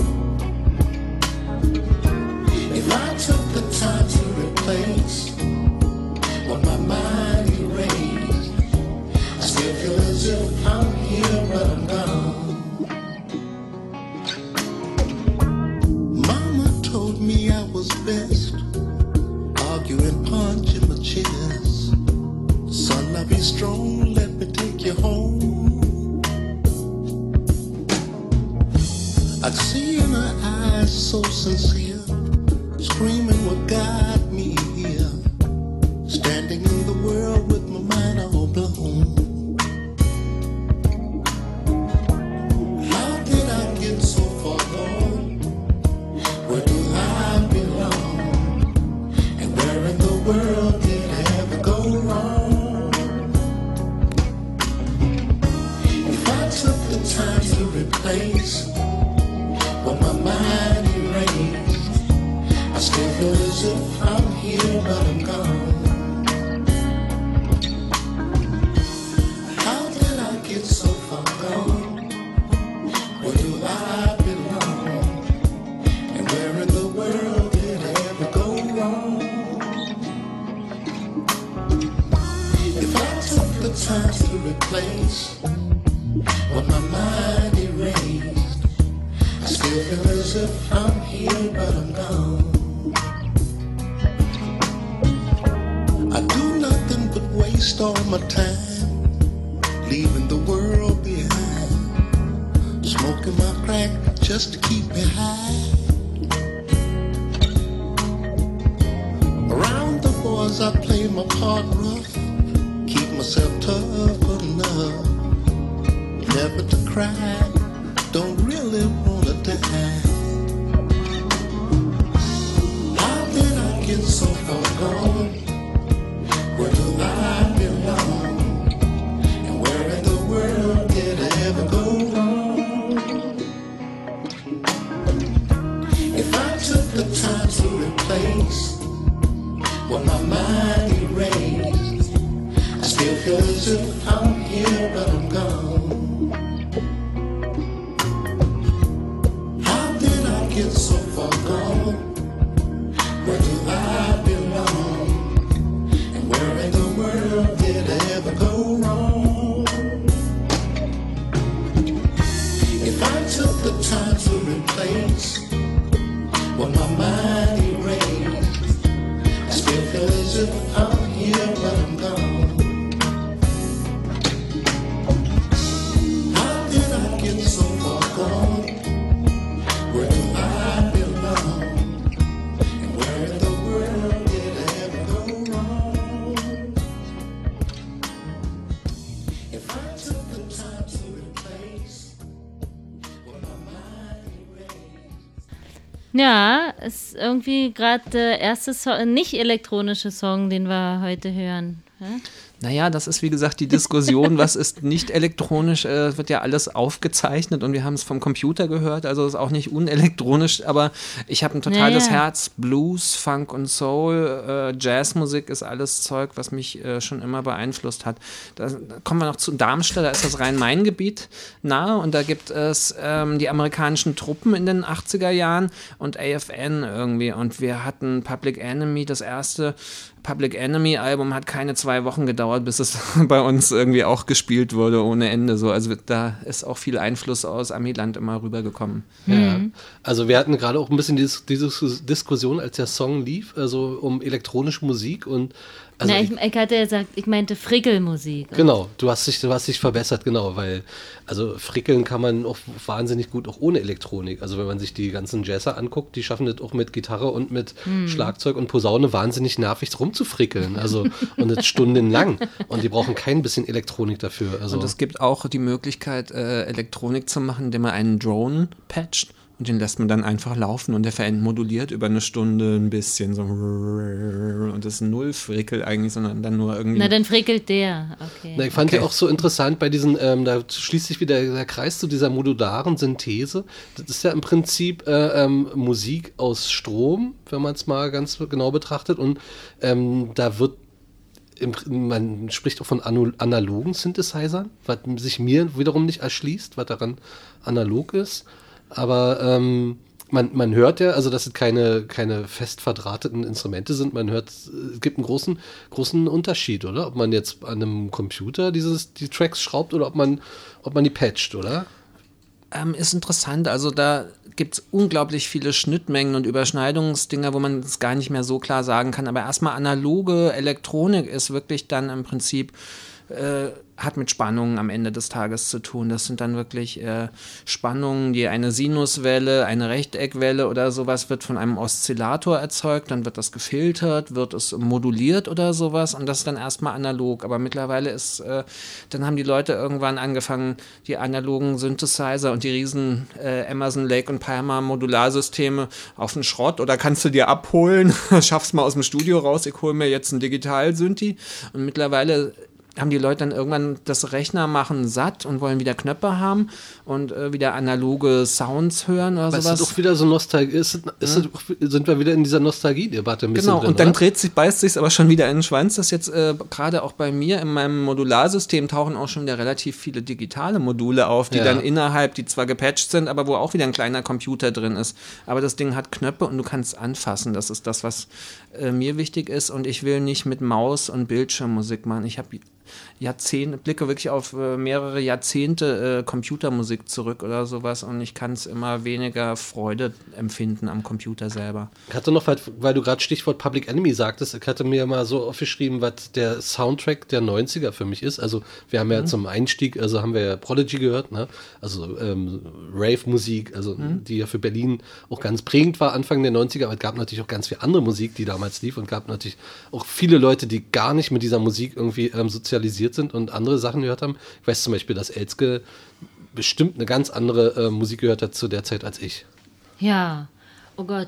If I took the time to replace what my mind erased, I still feel as if I'm here but I'm gone. Mama told me I was best, arguing, punching my chest. Son, I'll be strong, let me take you home. I'd see in her eyes so sincere, screaming what got me here, standing in the world with my mind all blown. How did I get so far gone? Where do I belong? And where in the world did I ever go wrong? If I took the time to replace what my mind erased, I still feel as if I'm here but I'm gone. How did I get so far gone? Where do I belong? And where in the world did I ever go wrong? If I took the time to replace what my mind erased, I still feel as if I'm here but I'm gone. I do nothing but waste all my time, leaving the world behind, smoking my crack just to keep me high. Around the boys I play my part rough, keep myself tough enough, never to cry, don't really wanna die. How did I get so far gone? Where do I belong? And where in the world did I ever go wrong? If I took the time to replace what my mind erased, I still feel as if I'm here but I'm gone. How did I get so far gone? Where do I belong? And where in the world did I ever go wrong? If I took the time to replace what my mind erased, I still feel as if I'm here but I'm gone. How did I get so far gone? Where do I belong? And where in the world did I ever go wrong? If I took the time to replace what my mind erased. Ja, ist irgendwie gerade der erste so- nicht elektronische Song, den wir heute hören. Ja? Naja, das ist wie gesagt die Diskussion, was ist nicht elektronisch, äh, wird ja alles aufgezeichnet und wir haben es vom Computer gehört, also ist auch nicht unelektronisch, aber ich habe ein totales Naja. Herz, Blues, Funk und Soul, äh, Jazzmusik ist alles Zeug, was mich äh, schon immer beeinflusst hat. Da, da kommen wir noch zu Darmstadt, da ist das Rhein-Main-Gebiet nahe und da gibt es ähm, die amerikanischen Truppen in den achtziger Jahren und A F N irgendwie und wir hatten Public Enemy, das erste Public Enemy Album hat keine zwei Wochen gedauert, bis es bei uns irgendwie auch gespielt wurde ohne Ende. So, also da ist auch viel Einfluss aus Amiland immer rübergekommen. Ja, also wir hatten gerade auch ein bisschen diese, diese Diskussion, als der Song lief, also um elektronische Musik und also Na, ich, ich hatte ja gesagt, ich meinte Frickelmusik. Genau, du hast dich, du hast dich verbessert, genau, weil also frickeln kann man auch wahnsinnig gut auch ohne Elektronik. Also wenn man sich die ganzen Jazzer anguckt, die schaffen das auch mit Gitarre und mit Hm. Schlagzeug und Posaune wahnsinnig nervig rumzufrickeln. Also und das stundenlang. und die brauchen kein bisschen Elektronik dafür. Also Und es gibt auch die Möglichkeit, äh, Elektronik zu machen, indem man einen Drone patcht und den lässt man dann einfach laufen und der vermoduliert über eine Stunde ein bisschen so und das ist null Frickel eigentlich, sondern dann nur irgendwie... Na, dann frickelt der. Okay. Na, ich fand Okay. ja auch so interessant bei diesen, ähm, da schließt sich wieder der Kreis zu dieser modularen Synthese. Das ist ja im Prinzip äh, ähm, Musik aus Strom, wenn man es mal ganz genau betrachtet. Und ähm, da wird, im, man spricht auch von anu- analogen Synthesizern, was sich mir wiederum nicht erschließt, was daran analog ist. Aber ähm, man, man hört ja, also dass es keine, keine fest verdrahteten Instrumente sind, man hört, es gibt einen großen, großen Unterschied, oder? Ob man jetzt an einem Computer dieses, die Tracks schraubt oder ob man, ob man die patcht, oder? Ähm, ist interessant, also da gibt es unglaublich viele Schnittmengen und Überschneidungsdinger, wo man es gar nicht mehr so klar sagen kann, aber erstmal analoge Elektronik ist wirklich dann im Prinzip äh, hat mit Spannungen am Ende des Tages zu tun. Das sind dann wirklich äh, Spannungen, die eine Sinuswelle, eine Rechteckwelle oder sowas wird von einem Oszillator erzeugt, dann wird das gefiltert, wird es moduliert oder sowas und das ist dann erstmal analog. Aber mittlerweile ist, äh, dann haben die Leute irgendwann angefangen, die analogen Synthesizer und die riesen äh, Emerson, Lake und Palmer Modularsysteme auf den Schrott oder kannst du dir abholen, schaff's mal aus dem Studio raus, ich hole mir jetzt einen Digital-Synthi und mittlerweile haben die Leute dann irgendwann das Rechner machen satt und wollen wieder Knöpfe haben und äh, wieder analoge Sounds hören oder Weißt sowas. du, doch wieder so Nostalgie, ist, es- ist, es auch- sind wir wieder in dieser Nostalgie-Debatte ein bisschen Genau, drin, und dann oder? dreht sich, beißt sich aber schon wieder in den Schwanz, dass jetzt äh, gerade auch bei mir in meinem Modularsystem tauchen auch schon wieder relativ viele digitale Module auf, die Ja. dann innerhalb, die zwar gepatcht sind, aber wo auch wieder ein kleiner Computer drin ist. Aber das Ding hat Knöpfe und du kannst anfassen. Das ist das, was äh, mir wichtig ist und ich will nicht mit Maus und Bildschirm Musik machen. Ich habe Jahrzehnte, blicke wirklich auf äh, mehrere Jahrzehnte äh, Computermusik zurück oder sowas und ich kann es immer weniger Freude empfinden am Computer selber. Ich hatte noch, weil, weil du gerade Stichwort Public Enemy sagtest, ich hatte mir mal so aufgeschrieben, was der Soundtrack der neunziger für mich ist. Also wir haben ja Mhm. zum Einstieg, also haben wir ja Prodigy gehört, ne? Also ähm, Rave-Musik, also Mhm. die ja für Berlin auch ganz prägend war Anfang der neunziger, aber es gab natürlich auch ganz viel andere Musik, die damals lief und gab natürlich auch viele Leute, die gar nicht mit dieser Musik irgendwie ähm, sozialisiert sind und andere Sachen gehört haben. Ich weiß zum Beispiel, dass Elske bestimmt eine ganz andere äh, Musik gehört hat zu der Zeit als ich. Ja, oh Gott.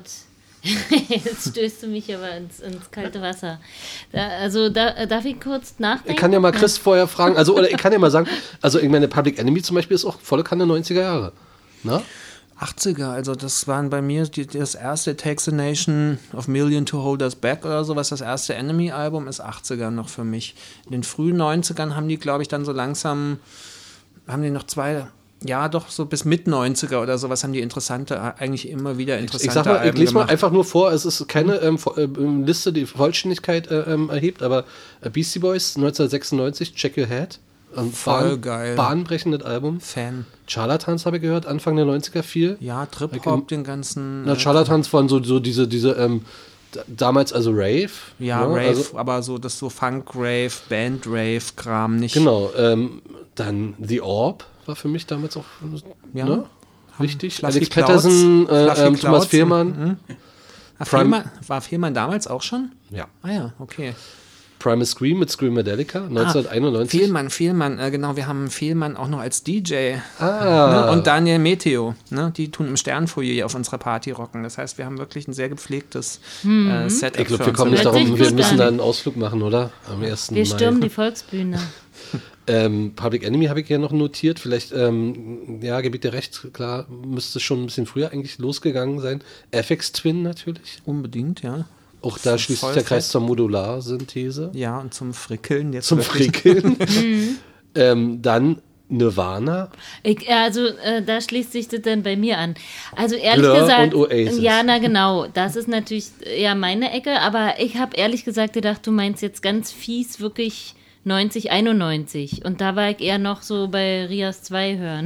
Jetzt stößt du mich aber ins, ins kalte Wasser. Da, also da, darf ich kurz nachdenken? Ich kann ja mal Chris vorher fragen, also oder ich kann ja mal sagen, also ich meine, Public Enemy zum Beispiel ist auch volle Kanne neunziger Jahre. Ne? achtziger, also das waren bei mir die, das erste It Takes a Nation of Million to Hold Us Back oder sowas, das erste Enemy-Album ist achtziger noch für mich. In den frühen neunzigern haben die, glaube ich, dann so langsam, haben die noch zwei, ja doch, so bis mit neunziger oder sowas haben die interessante, eigentlich immer wieder interessante Ich sag mal, ich Alben lese mal gemacht. einfach nur vor, es ist keine ähm, Vo- äh, Liste, die Vollständigkeit äh, ähm, erhebt, aber äh, Beastie Boys neunzehnhundertsechsundneunzig, Check Your Head. Ähm, Voll geil. Bahnbrechendes Album. Fan. Charlatans habe ich gehört, Anfang der neunziger viel. Ja, Trip-Hop, den ganzen... Na, äh, Charlatans waren so, so diese, diese ähm, d- damals also Rave. Ja, ne? Rave, Also, aber so das so Funk-Rave, Band-Rave-Kram, nicht... genau, ähm, dann The Orb war für mich damals auch Ja. ne? wichtig. Fluffy Alex Clouds, Patterson, äh, Fluffy ähm, Thomas Clouds, Fehlmann. mhm. Ah, Prime- Fehlmann, war Fehlmann damals auch schon? Ja. Ah ja, okay. Primal Scream mit Screamadelica neunzehnhunderteinundneunzig. Ah, Fehlmann, Fehlmann, äh, genau, wir haben Fehlmann auch noch als D J. Ah. Ne? Und Daniel Meteo, ne? Die tun im Sternfoyer auf unserer Party rocken. Das heißt, wir haben wirklich ein sehr gepflegtes Mhm. äh, Setup. Ich glaube, für wir uns. kommen nicht Hört sich darum, wir gut müssen an. da einen Ausflug machen, oder? Am ersten Wir Mai. stürmen die Volksbühne. Ähm, Public Enemy habe ich ja noch notiert. Vielleicht, ähm, ja, gebe ich dir recht, klar, müsste schon ein bisschen früher eigentlich losgegangen sein. F X Twin natürlich. Unbedingt, ja. Auch da schließt sich Voll der Kreis fett. zur Modularsynthese. Ja, und zum Frickeln. Jetzt Zum wirklich. Frickeln. ähm, dann Nirvana. Ich, also äh, da schließt sich das dann bei mir an. Also ehrlich Blur gesagt, und Oasis. ja, na genau, das ist natürlich eher meine Ecke, aber ich habe ehrlich gesagt gedacht, du meinst jetzt ganz fies wirklich neunzig, einundneunzig und da war ich eher noch so bei Rias zwei hören.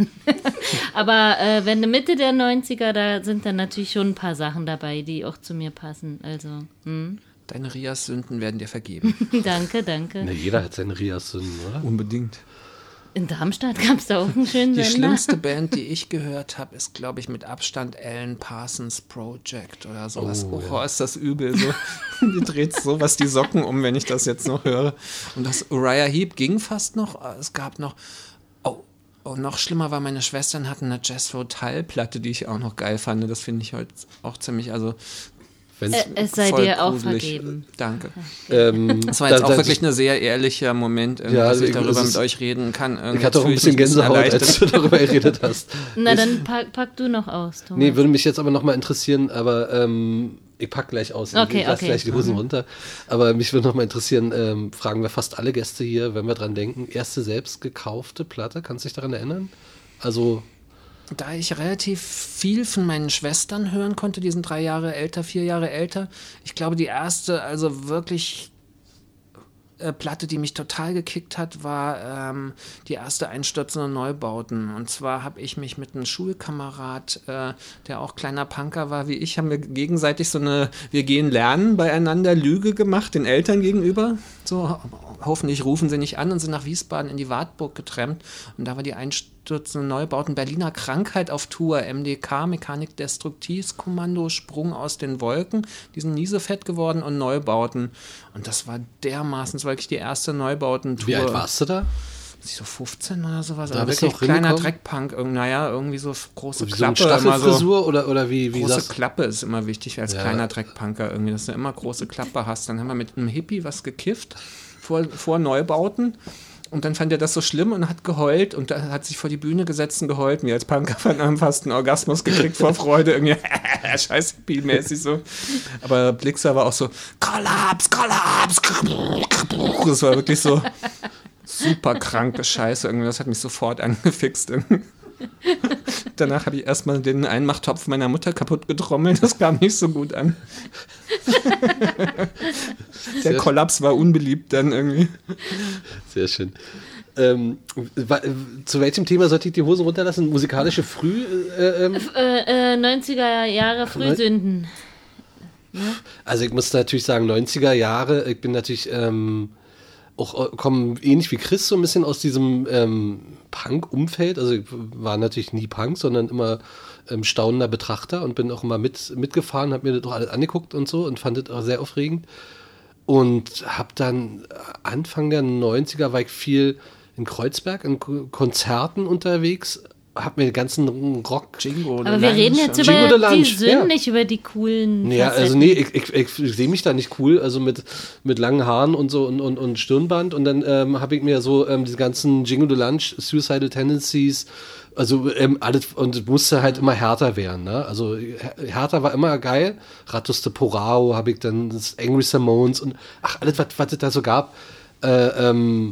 Aber äh, wenn eine Mitte der neunziger, da sind dann natürlich schon ein paar Sachen dabei, die auch zu mir passen. Also, hm. Deine Rias-Sünden werden dir vergeben. danke, danke. Na, jeder hat seine Rias-Sünden, oder? Unbedingt. In Darmstadt gab es da auch einen schönen Die Sender. schlimmste Band, die ich gehört habe, ist, glaube ich, mit Abstand Alan Parsons Project oder sowas. Oh, Oh, ist das übel. So. Die dreht sowas die Socken um, wenn ich das jetzt noch höre. Und das Uriah Heep ging fast noch. Es gab noch... Oh, oh noch schlimmer war, meine Schwestern hatten eine Jethro Tull-Platte, die ich auch noch geil fand. Das finde ich heute auch ziemlich... Also, Äh, es sei voll dir auch gruselig. vergeben. Danke. Ähm, Das war jetzt da- auch da- wirklich ein sehr ehrlicher Moment, irgendwie, Ja, dass ich ich- darüber es mit ist- euch reden kann. Irgendwie Ich hatte auch ein fühle bisschen mich Gänsehaut, als erleichtert. du darüber geredet hast. Na, Ich- dann pack, pack du noch aus, Thomas. Nee, würde mich jetzt aber nochmal interessieren, aber ähm, ich pack gleich aus. Okay, ich lass okay. gleich die Hosen Mhm. runter. Aber mich würde nochmal interessieren, ähm, fragen wir fast alle Gäste hier, wenn wir dran denken, erste selbst gekaufte Platte, kannst du dich daran erinnern? Also, Da ich relativ viel von meinen Schwestern hören konnte, die sind drei Jahre älter, vier Jahre älter, ich glaube, die erste, also wirklich äh, Platte, die mich total gekickt hat, war ähm, die erste Einstürzende Neubauten. Und zwar habe ich mich mit einem Schulkamerad, äh, der auch kleiner Punker war wie ich, haben wir gegenseitig so eine Wir gehen lernen beieinander Lüge gemacht, den Eltern gegenüber. So, ho- hoffentlich rufen sie nicht an und sind nach Wiesbaden in die Wartburg getrennt. Und da war die Einstürzende Neubauten Berliner Krankheit auf Tour, M D K, Mechanik Destruktivskommando, Sprung aus den Wolken, die sind nie so fett geworden und Neubauten. Und das war dermaßen, das war wirklich die erste Neubauten-Tour. wie alt warst du da? Ich so fünfzehn oder sowas. Da Also bist du wirklich auch kleiner hingekommen? Dreckpunk. Irgend- Naja, irgendwie so f- große Wie so eine Klappe. immer so. Staffelfrisur oder, oder wie, wie Große das? Klappe ist immer wichtig als Ja. kleiner Dreckpunker irgendwie, dass du immer große Klappe hast. Dann haben wir mit einem Hippie was gekifft vor, vor Neubauten. Und dann fand er das so schlimm und hat geheult und da hat sich vor die Bühne gesetzt und geheult. Mir als Punker haben fast einen Orgasmus gekriegt vor Freude. Irgendwie scheiß Hippie-mäßig so. Aber Blixer war auch so Kollaps, Kollaps. Das war wirklich so super kranke Scheiße. Irgendwie, das hat mich sofort angefixt. Irgendwie. Danach habe ich erstmal den Einmachtopf meiner Mutter kaputt getrommelt. Das kam nicht so gut an. Der Sehr- Kollaps war unbeliebt dann irgendwie. Sehr schön. Ähm, wa- zu welchem Thema sollte ich die Hosen runterlassen? Musikalische Früh? Äh, ähm? Äh, äh, neunziger Jahre Frühsünden. Also ich muss natürlich sagen, neunziger Jahre, ich bin natürlich ähm, auch komme ähnlich wie Chris so ein bisschen aus diesem ähm, Punk-Umfeld. Also ich war natürlich nie Punk, sondern immer ähm, staunender Betrachter und bin auch immer mit, mitgefahren, habe mir das doch alles angeguckt und so und fand das auch sehr aufregend. Und habe dann Anfang der neunziger war ich viel in Kreuzberg in Ko- Konzerten unterwegs, habe mir den ganzen Rock... Jingo Aber wir reden jetzt Jingo über de die Lunch, Sünden, ja. nicht über die coolen Ja, Facetten. also nee, ich, ich, ich, ich sehe mich da nicht cool, also mit, mit langen Haaren und so und, und, und Stirnband und dann ähm, habe ich mir so ähm, diese ganzen Jingle the Lunch, Suicidal Tendencies, also ähm, alles und musste halt immer härter werden, ne? Also här- härter war immer geil, Ratos de Porao habe ich dann, das Angry Samoans und ach, alles, was was es da so gab äh, ähm,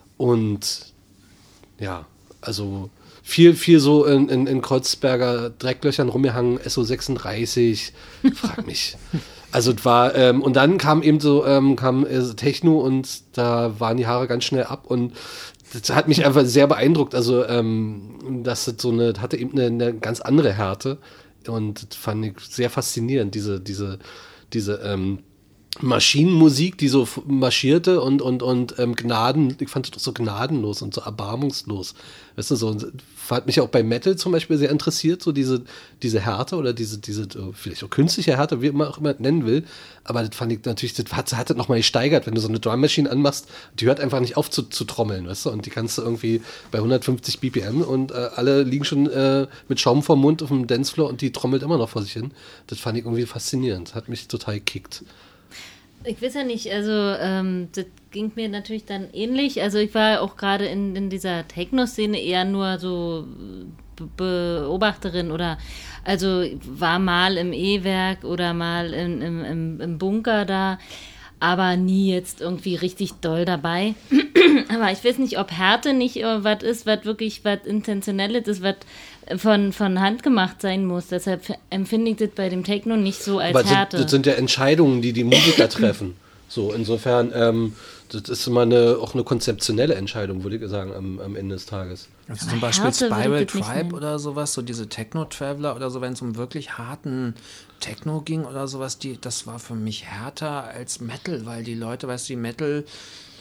und ja, also viel, viel so in, in, in Kreuzberger Drecklöchern rumgehangen, S O sechsunddreißig, frag mich. Also es war, ähm, und dann kam eben so, ähm, kam äh, Techno und da waren die Haare ganz schnell ab und das hat mich einfach sehr beeindruckt, also ähm, dass das so eine, das hatte eben eine, eine ganz andere Härte und das fand ich sehr faszinierend, diese, diese, diese, ähm, Maschinenmusik, die so f- marschierte und, und, und ähm, Gnaden, ich fand das so gnadenlos und so erbarmungslos. Weißt du, so, und hat mich auch bei Metal zum Beispiel sehr interessiert, so diese, diese Härte oder diese, diese, äh, vielleicht auch künstliche Härte, wie man auch immer das nennen will. Aber das fand ich natürlich, das hat, hat das nochmal gesteigert, wenn du so eine Drum Machine anmachst, die hört einfach nicht auf zu, zu trommeln, weißt du, und die kannst du irgendwie bei hundertfünfzig B P M und äh, alle liegen schon äh, mit Schaum vorm Mund auf dem Dancefloor und die trommelt immer noch vor sich hin. Das fand ich irgendwie faszinierend, hat mich total gekickt. Ich weiß ja nicht, also ähm, das ging mir natürlich dann ähnlich. Also ich war auch gerade in, in dieser Techno-Szene eher nur so Be- Beobachterin oder also war mal im E-Werk oder mal in, im, im, im Bunker da, aber nie jetzt irgendwie richtig doll dabei. Aber ich weiß nicht, ob Härte nicht äh, was ist, was wirklich was Intentionelles ist, was von, von Hand gemacht sein muss. Deshalb empfinde ich das bei dem Techno nicht so als Aber das sind, Härte. das sind ja Entscheidungen, die die Musiker treffen. So, insofern, ähm, das ist immer eine, auch eine konzeptionelle Entscheidung, würde ich sagen, am, am Ende des Tages. Also zum Beispiel Härte würde ich Spiral das nicht Tribe nennen. oder sowas, so diese Techno-Traveler oder so, wenn es um wirklich harten Techno ging oder sowas, die, das war für mich härter als Metal, weil die Leute, weißt du, die Metal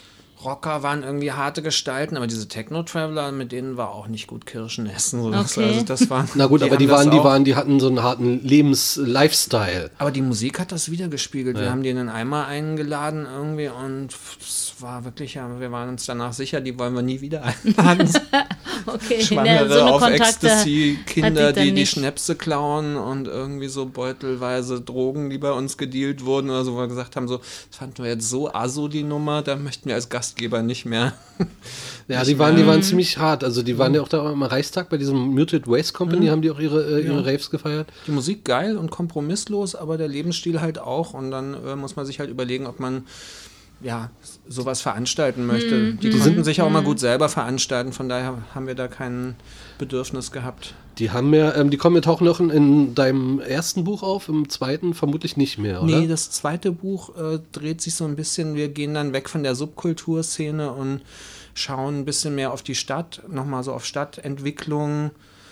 Rocker waren irgendwie harte Gestalten, aber diese Techno-Traveler, mit denen war auch nicht gut Kirschen essen. So. Das, Okay. also das war, Na gut, aber die haben das waren, die auch- waren, die hatten so einen harten Lebens-Lifestyle. Aber die Musik hat das wiedergespiegelt. Wir Ja. haben den in Eimer eingeladen irgendwie und es war wirklich, ja, wir waren uns danach sicher, die wollen wir nie wieder einladen. Okay, Schwangere so eine auf Kontakte Ecstasy, hat Kinder, sie dann die die nicht. Schnäpse klauen und irgendwie so beutelweise Drogen, die bei uns gedealt wurden oder so, wo wir gesagt haben, so, das fanden wir jetzt so aso die Nummer, da möchten wir als Gastgeber nicht mehr. Ja, nicht die waren, mehr- die waren ziemlich hart. Also die waren ja auch da am Reichstag bei diesem Muted Waste Company, Mhm. haben die auch ihre, äh, ihre Ja. Raves gefeiert. Die Musik geil und kompromisslos, aber der Lebensstil halt auch. Und dann äh, muss man sich halt überlegen, ob man ja sowas veranstalten möchte. Mhm. Die Die konnten sind- sich auch mal Mhm. gut selber veranstalten, von daher haben wir da kein Bedürfnis gehabt. Die haben ja, ähm, die kommen ja tauchen noch in, in deinem ersten Buch auf, im zweiten vermutlich nicht mehr, oder? Nee, das zweite Buch äh, dreht sich so ein bisschen, wir gehen dann weg von der Subkulturszene und schauen ein bisschen mehr auf die Stadt, nochmal so auf Stadtentwicklung,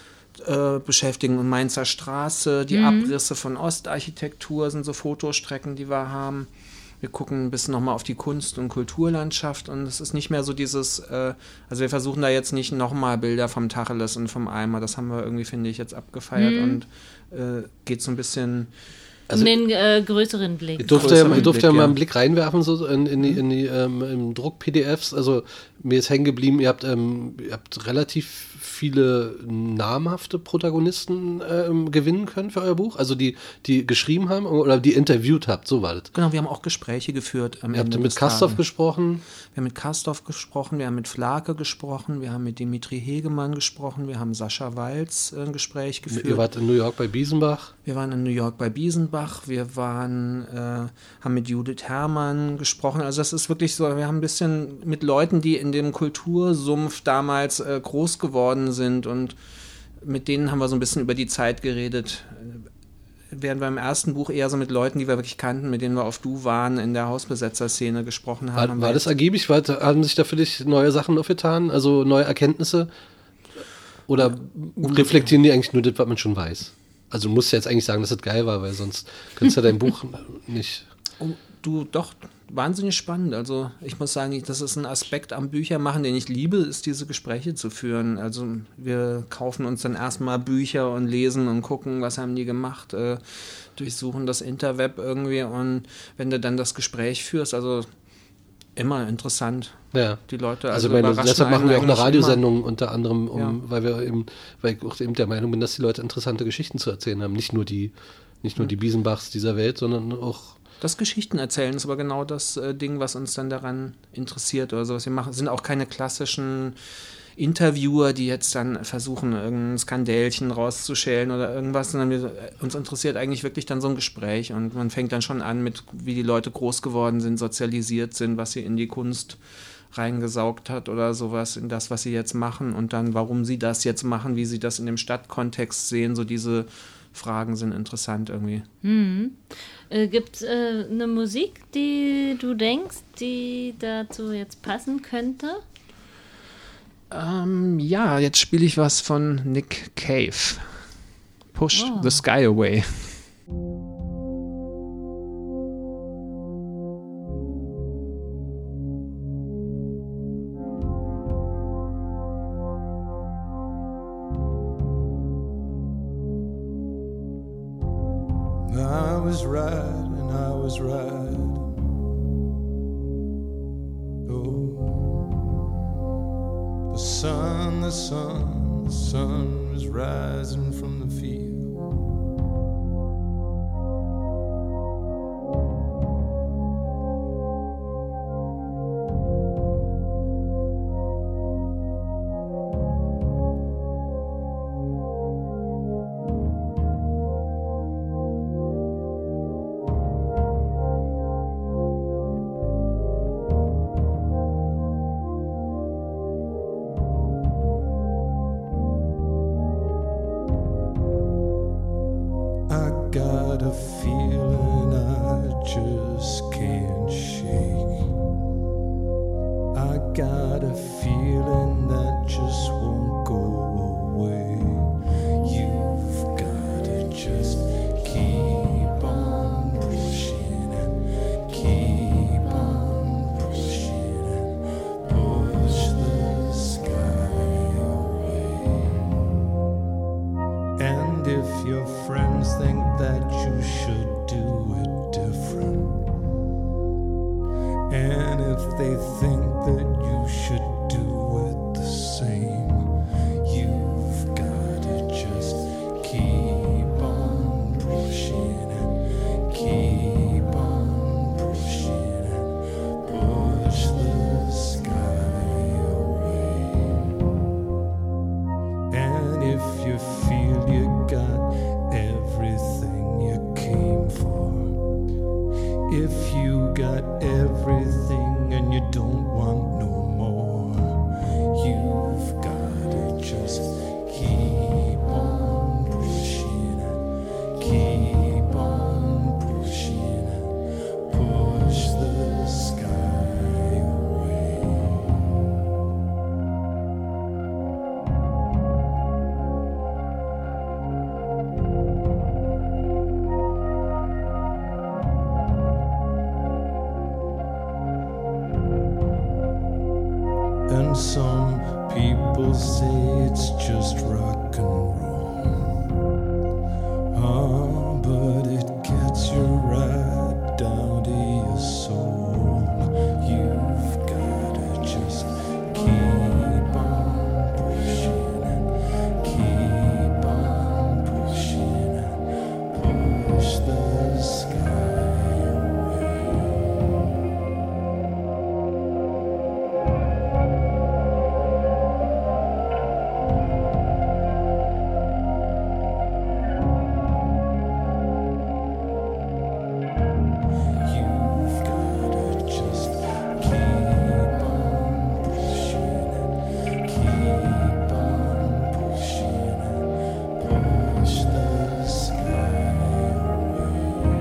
äh, beschäftigen und Mainzer Straße, die Mhm. Abrisse von Ostarchitektur sind so Fotostrecken, die wir haben. Wir gucken ein bisschen nochmal auf die Kunst- und Kulturlandschaft und es ist nicht mehr so dieses, äh, also wir versuchen da jetzt nicht nochmal Bilder vom Tacheles und vom Eimer, das haben wir irgendwie, finde ich, jetzt abgefeiert Mhm. und äh, geht so ein bisschen... Also- um den äh, größeren Blick. Ich durfte, ja, Größeren ich durfte ja Blick, mal ja. einen Blick reinwerfen so in, in die, in die ähm, im Druck-P D Fs. Also mir ist hängen geblieben, ihr habt, ähm, ihr habt relativ viele namhafte Protagonisten ähm, gewinnen können für euer Buch. Also die, die geschrieben haben oder die interviewt habt, so war das. Genau, wir haben auch Gespräche geführt. Am Ihr habt Ende mit des Kastorf Tages. gesprochen. Wir haben mit Kastorf gesprochen, wir haben mit Flake gesprochen, wir haben mit Dimitri Hegemann gesprochen, wir haben Sascha Walz äh, ein Gespräch geführt. Ihr wart in New York bei Biesenbach. Wir waren in New York bei Biesenbach, wir waren, äh, haben mit Judith Herrmann gesprochen. Also das ist wirklich so, wir haben ein bisschen mit Leuten, die in dem Kultursumpf damals äh, groß geworden sind und mit denen haben wir so ein bisschen über die Zeit geredet. Während wir im ersten Buch eher so mit Leuten, die wir wirklich kannten, mit denen wir auf Du waren, in der Hausbesetzerszene gesprochen haben. War, haben war wir das jetzt- ergiebig? War, haben sich da für dich neue Sachen aufgetan? Also neue Erkenntnisse? Oder reflektieren die eigentlich nur das, was man schon weiß? Also du musst ja jetzt eigentlich sagen, dass das geil war, weil sonst könntest du dein Buch nicht... Oh, du, doch, wahnsinnig spannend. Also ich muss sagen, das ist ein Aspekt am Büchermachen, den ich liebe, ist diese Gespräche zu führen. Also wir kaufen uns dann erstmal Bücher und lesen und gucken, was haben die gemacht, äh, durchsuchen das Interweb irgendwie und wenn du dann das Gespräch führst, also immer interessant. Ja. Die Leute, Also, also, ich meine, überraschen deshalb machen einen wir auch eine eigentlich Radiosendung unter anderem, um, Ja. weil wir eben, weil ich auch eben der Meinung bin, dass die Leute interessante Geschichten zu erzählen haben. Nicht nur die, nicht nur die Biesenbachs dieser Welt, sondern auch. Das Geschichten erzählen ist aber genau das äh, Ding, was uns dann daran interessiert oder so. Was wir machen, sind auch keine klassischen Interviewer, die jetzt dann versuchen, irgendein Skandälchen rauszuschälen oder irgendwas, sondern wir, uns interessiert eigentlich wirklich dann so ein Gespräch und man fängt dann schon an mit, wie die Leute groß geworden sind, sozialisiert sind, was sie in die Kunst reingesaugt hat oder sowas, in das, was sie jetzt machen und dann, warum sie das jetzt machen, wie sie das in dem Stadtkontext sehen, so diese Fragen sind interessant irgendwie. Mhm. Äh, Gibt es äh, eine Musik, die du denkst, die dazu jetzt passen könnte? Ähm, ja, jetzt spiele ich was von Nick Cave. Push Oh. the Sky Away. I was right and I was right. Oh, the sun, the sun, the sun was rising from the field. And if they think that you should do it the same, you've gotta just keep on pushing and keep on pushing and push the sky away. And if you feel you got everything you came for, if you got everything and you don't want no more, you've gotta just keep on pushing and keep on pushing and push the sky away. And some people say it's just rock and roll. Ah, but it gets you right down to your soul. You've gotta just keep on pushing and keep on pushing and push the sky away. You've gotta just keep on pushing and keep on pushing and push the sky away.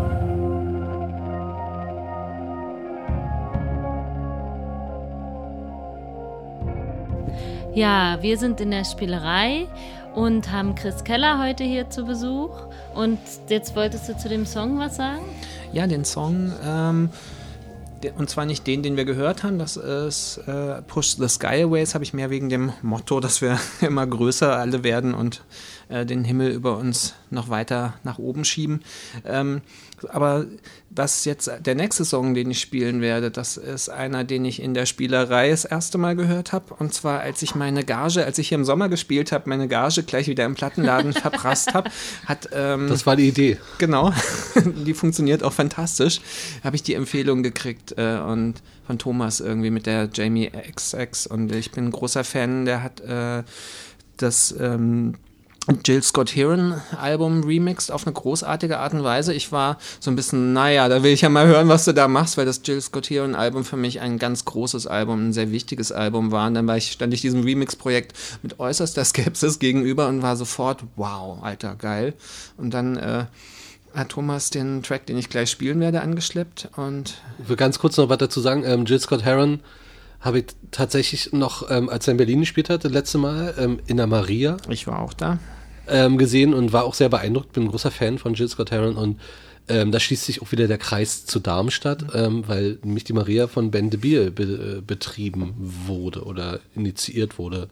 Ja, wir sind in der Spielerei und haben Chris Keller heute hier zu Besuch. Und jetzt wolltest du zu dem Song was sagen? Ja, den Song, ähm, der, und zwar nicht den, den wir gehört haben, das ist äh, Push the Sky Away, das habe ich mehr wegen dem Motto, dass wir immer größer alle werden und äh, den Himmel über uns noch weiter nach oben schieben. Ähm, aber was jetzt der nächste Song, den ich spielen werde, das ist einer, den ich in der Spielerei das erste Mal gehört habe. Und zwar, als ich meine Gage, als ich hier im Sommer gespielt habe, meine Gage gleich wieder im Plattenladen verprasst habe, hat... Ähm, Das war die Idee. Genau, die funktioniert auch fantastisch. Habe ich die Empfehlung gekriegt äh, und von Thomas irgendwie mit der Jamie X X. Und ich bin ein großer Fan, der hat äh, das... Ähm, Jill Scott Heron Album remixed auf eine großartige Art und Weise. Ich war so ein bisschen, naja, da will ich ja mal hören, was du da machst, weil das Jill Scott Heron Album für mich ein ganz großes Album, ein sehr wichtiges Album war. Und dann war ich, stand ich diesem Remix-Projekt mit äußerster Skepsis gegenüber und war sofort, wow, Alter, geil. Und dann äh, hat Thomas den Track, den ich gleich spielen werde, angeschleppt. Und Ich will ganz kurz noch was dazu sagen. Ähm, Jill Scott Heron habe ich tatsächlich noch, ähm, als er in Berlin gespielt hatte, letzte Mal ähm, in der Maria. Ich war auch da. Ähm, gesehen und war auch sehr beeindruckt. Bin ein großer Fan von Jill Scott Heron und ähm, da schließt sich auch wieder der Kreis zu Darmstadt, ähm, weil nämlich die Maria von Ben de Beer be- äh, betrieben wurde oder initiiert wurde.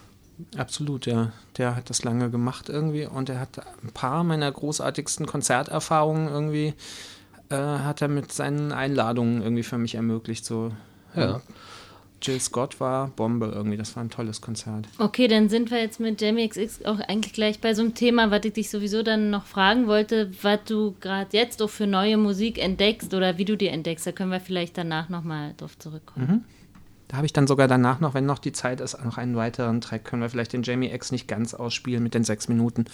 Absolut, ja. Der hat das lange gemacht irgendwie und er hat ein paar meiner großartigsten Konzerterfahrungen irgendwie äh, hat er mit seinen Einladungen irgendwie für mich ermöglicht. So. Ja. Jill Scott war Bombe irgendwie, das war ein tolles Konzert. Okay, dann sind wir jetzt mit Jamie X X auch eigentlich gleich bei so einem Thema, was ich dich sowieso dann noch fragen wollte, was du gerade jetzt auch für neue Musik entdeckst oder wie du die entdeckst. Da können wir vielleicht danach nochmal drauf zurückkommen. Mhm. Da habe ich dann sogar danach noch, wenn noch die Zeit ist, noch einen weiteren Track. Können wir vielleicht den Jamie X nicht ganz ausspielen mit den sechs Minuten.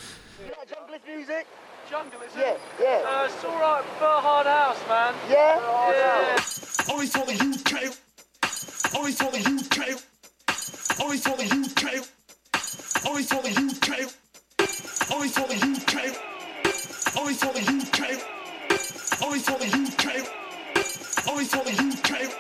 Jungle, is it? Yeah, yeah. Uh, it's alright for Hard House, man. Yeah? Yeah. Only for the U K. Only for the U K. Only for the U K. Only for the U K. Only for the U K. Only for the U K. Only for the U K. Only for the U K.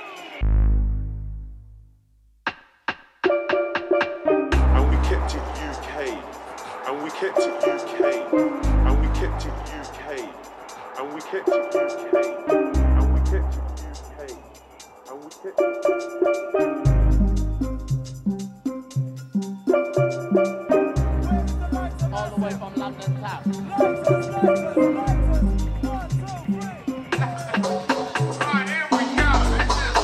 And we kept it U K. And we kept it U K. And we kept it U K. And we kept it U K. And we kept it U K. And we kept it All the way from London town.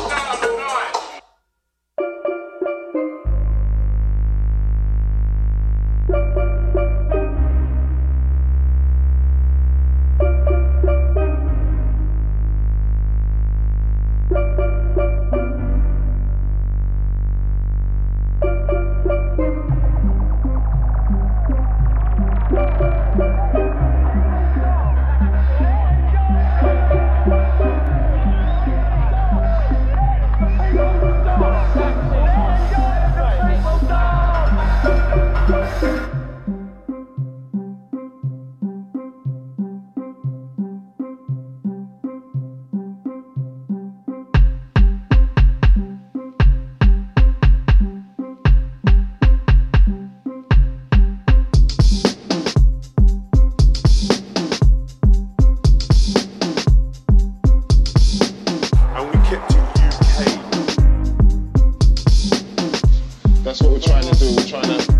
that's what we're trying to do. We're trying to.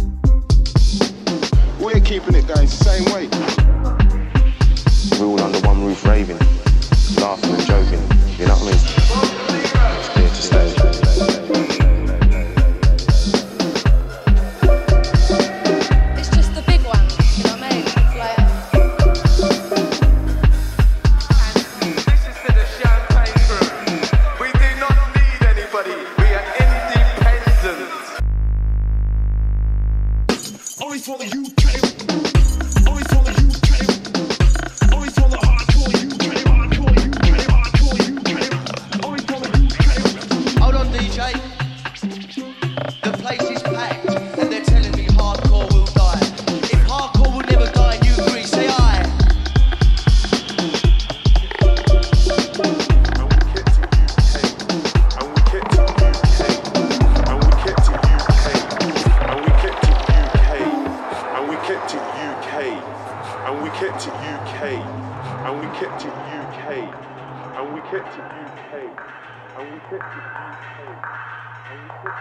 We're keeping it going, it's the same way. We're all under one roof raving, laughing and joking, you know what I mean? It's here to stay. It's just the big one, you know what I mean? It's like... This is to the champagne crew. We do not need anybody. We are independent. Only for the U K. Only for the U K. Only for the hardcore U K. Hardcore U K. Hardcore U K. Only for the U K. Hold on, D J. The place is packed, and they're telling me hardcore will die. If hardcore will never die, you agree? Say aye. And we kept it U K. And we kept it U K. And we kept it U K. And we kept it U K. And we kept it U K. And we kept it U K. And we kept it U K. And we kept it U K. And we kept it U K.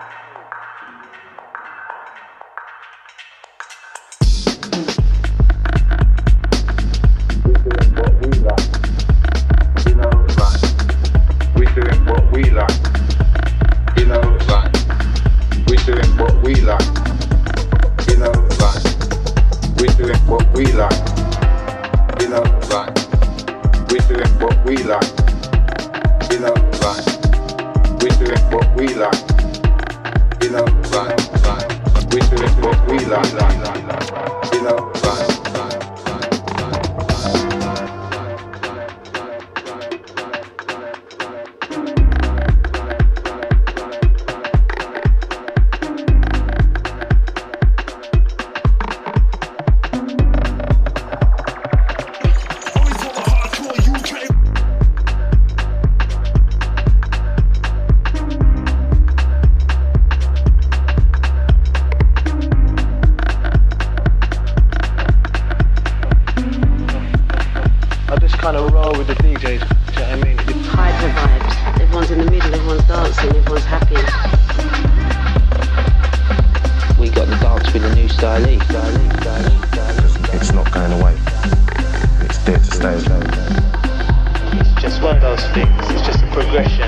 We're doing what we like, you know, like, we're doing what we like, you know, like, we're doing what we like, you know, like, we're doing what we like, you know, like, we're doing what we like, you know, like, like, we're doing what we like, like, like, like, you know, like. I just kind of roll with the D Js. Do you know what I mean? Hide the vibes. Everyone's in the middle, everyone's dancing, everyone's happy. We got the dance with the new stylee. stylee, stylee, stylee. It's not going away. It's there to stay. It's just one of those things. It's just a progression.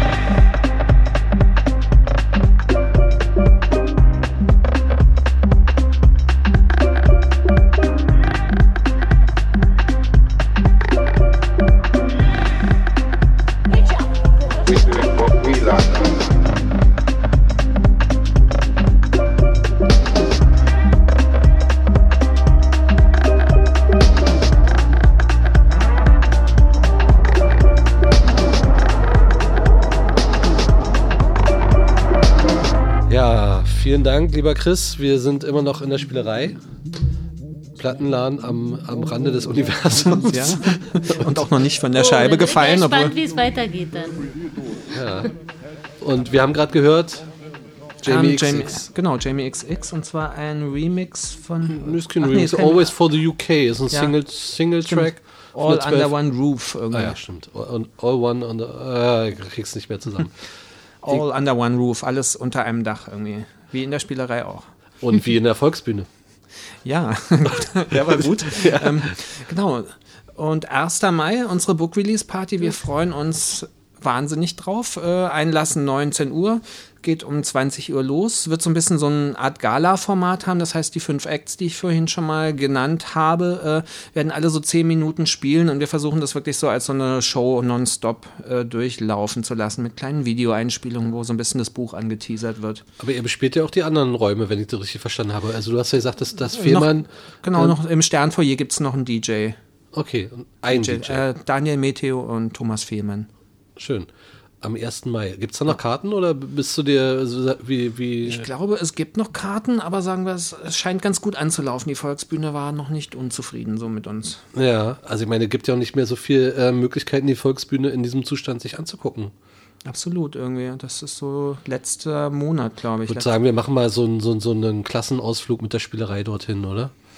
We're doing what we like. Ja, vielen Dank, lieber Chris. Wir sind immer noch in der Spielerei. Plattenladen am, am Rande des Universums. Ja. Und auch noch nicht von der Oh, Scheibe wir sind gefallen. sehr gespannt, Obwohl, wie es weitergeht dann. Ja. Und wir haben gerade gehört, Jamie ähm, X Jamie, X. genau, Jamie X X, und zwar ein Remix von... Das ist kein Ach, nee, Remix, ist kein- Always for the U K, ist ein Ja. Single, Single Stimmt. Track. All Under One Roof irgendwie. Ah ja, stimmt. All, all One on the... Äh, ich krieg's nicht mehr zusammen. All Under One Roof, alles unter einem Dach irgendwie. Wie in der Spielerei auch. Und wie in der Volksbühne. Ja, der war gut. Ja. Ähm, genau. Und erster Mai, unsere Book Release Party. Wir freuen uns wahnsinnig drauf. Äh, Einlassen neunzehn Uhr, geht um zwanzig Uhr los. Wird so ein bisschen so eine Art Gala-Format haben. Das heißt, die fünf Acts, die ich vorhin schon mal genannt habe, äh, werden alle so zehn Minuten spielen. Und wir versuchen das wirklich so als so eine Show nonstop äh, durchlaufen zu lassen. Mit kleinen Videoeinspielungen, wo so ein bisschen das Buch angeteasert wird. Aber ihr bespielt ja auch die anderen Räume, wenn ich das richtig verstanden habe. Also du hast ja gesagt, dass das Fehmarn... Noch, genau, ähm, noch im Sternfoyer gibt es noch einen D J. Okay, ein D J. Äh, Daniel Meteo und Thomas Fehlmann. Schön. Am ersten Mai. Gibt es da noch Karten oder bist du dir also, wie, wie. Ich glaube, es gibt noch Karten, aber sagen wir es, es scheint ganz gut anzulaufen. Die Volksbühne war noch nicht unzufrieden so mit uns. Ja, also ich meine, es gibt ja auch nicht mehr so viele äh, Möglichkeiten, die Volksbühne in diesem Zustand sich anzugucken. Absolut, irgendwie. Das ist so letzter Monat, glaube ich. Ich würde sagen, wir machen mal so einen, so, einen, so einen Klassenausflug mit der Spielerei dorthin, oder?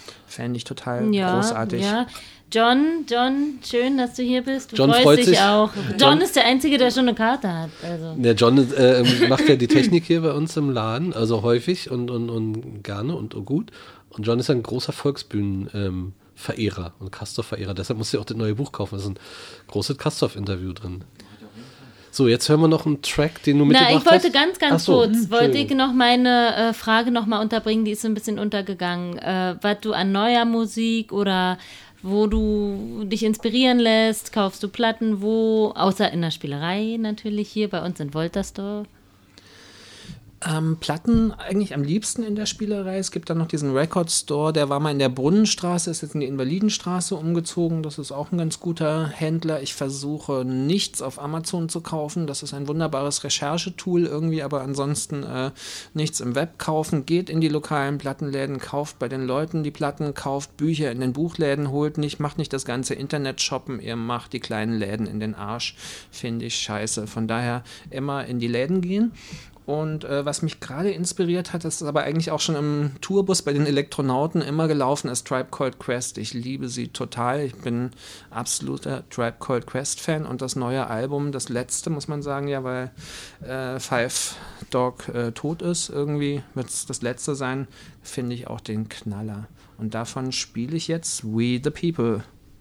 Fände ich total Ja, großartig. ja. John, John, schön, dass du hier bist. Du John freust freut dich sich. auch. John, John- ist der Einzige, der schon eine Karte hat. Also. Der John äh, macht ja die Technik hier bei uns im Laden, also häufig und, und, und gerne und, und gut. Und John ist ein großer Volksbühnen-Verehrer und Castorf-Verehrer. Deshalb muss er auch das neue Buch kaufen. Da ist ein großes Castorf-Interview drin. So, jetzt hören wir noch einen Track, den du mitgebracht Na, hast. ich wollte ganz, ganz Ach so, kurz, hm, wollte ich Entschuldigung. noch meine äh, Frage noch mal unterbringen, die ist so ein bisschen untergegangen. Äh, was du an neuer Musik oder wo du dich inspirieren lässt, kaufst du Platten, wo, außer in der Spielerei natürlich, hier bei uns in Woltersdorf. Ähm, Platten eigentlich am liebsten in der Spielerei. Es gibt dann noch diesen Record Store, der war mal in der Brunnenstraße, ist jetzt in die Invalidenstraße umgezogen. Das ist auch ein ganz guter Händler. Ich versuche nichts auf Amazon zu kaufen. Das ist ein wunderbares Recherchetool irgendwie, aber ansonsten äh, nichts im Web kaufen. Geht in die lokalen Plattenläden, kauft bei den Leuten die Platten, kauft Bücher in den Buchläden, holt nicht, macht nicht das ganze Internet shoppen, ihr macht die kleinen Läden in den Arsch. Finde ich scheiße. Von daher immer in die Läden gehen. Und äh, was mich gerade inspiriert hat, das ist aber eigentlich auch schon im Tourbus bei den Elektronauten immer gelaufen, ist Tribe Called Quest. Ich liebe sie total. Ich bin absoluter Tribe Called Quest Fan und das neue Album, das letzte, muss man sagen, ja, weil äh, Five Dog äh, tot ist, irgendwie wird es das letzte sein, finde ich auch den Knaller. Und davon spiele ich jetzt We the People.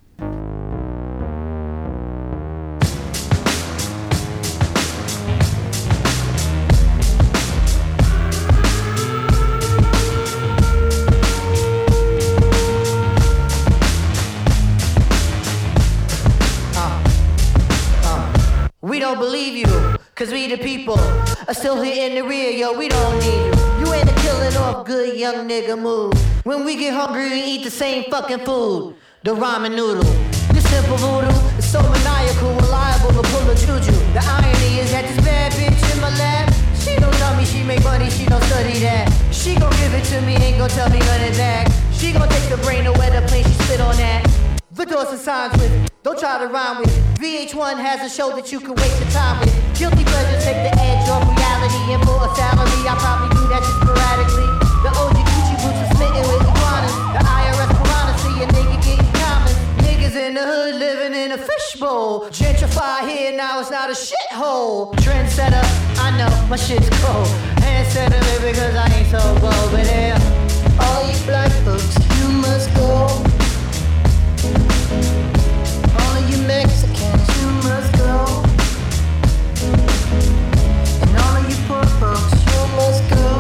We don't believe you, cause we the people are still here in the rear, yo, we don't need you. You ain't a killing off good young nigga move. When we get hungry, we eat the same fucking food, the ramen noodle. This simple voodoo is so maniacal and liable to pull a juju. The irony is that this bad bitch in my lap, she don't tell me she make money, she don't study that. She gon' give it to me, ain't gon' tell me none of that. She gon' take the brain away the plane, she spit on that. The doors and signs with it, don't try to rhyme with it. V H one has a show that you can waste your time with. Guilty pleasure take the edge off reality, and for a salary, I probably do that just sporadically. The O G Gucci boots are smitten with iguanas. The I R S piranha see a nigga getting common. Niggas in the hood living in a fishbowl. Gentrify here, now it's not a shithole. Trendsetter, I know, my shit's cold. Handsetter, because I ain't so bold. But yeah, all you black folks, you must go. All of you Mexicans, you must go. And all of you poor folks, you must go.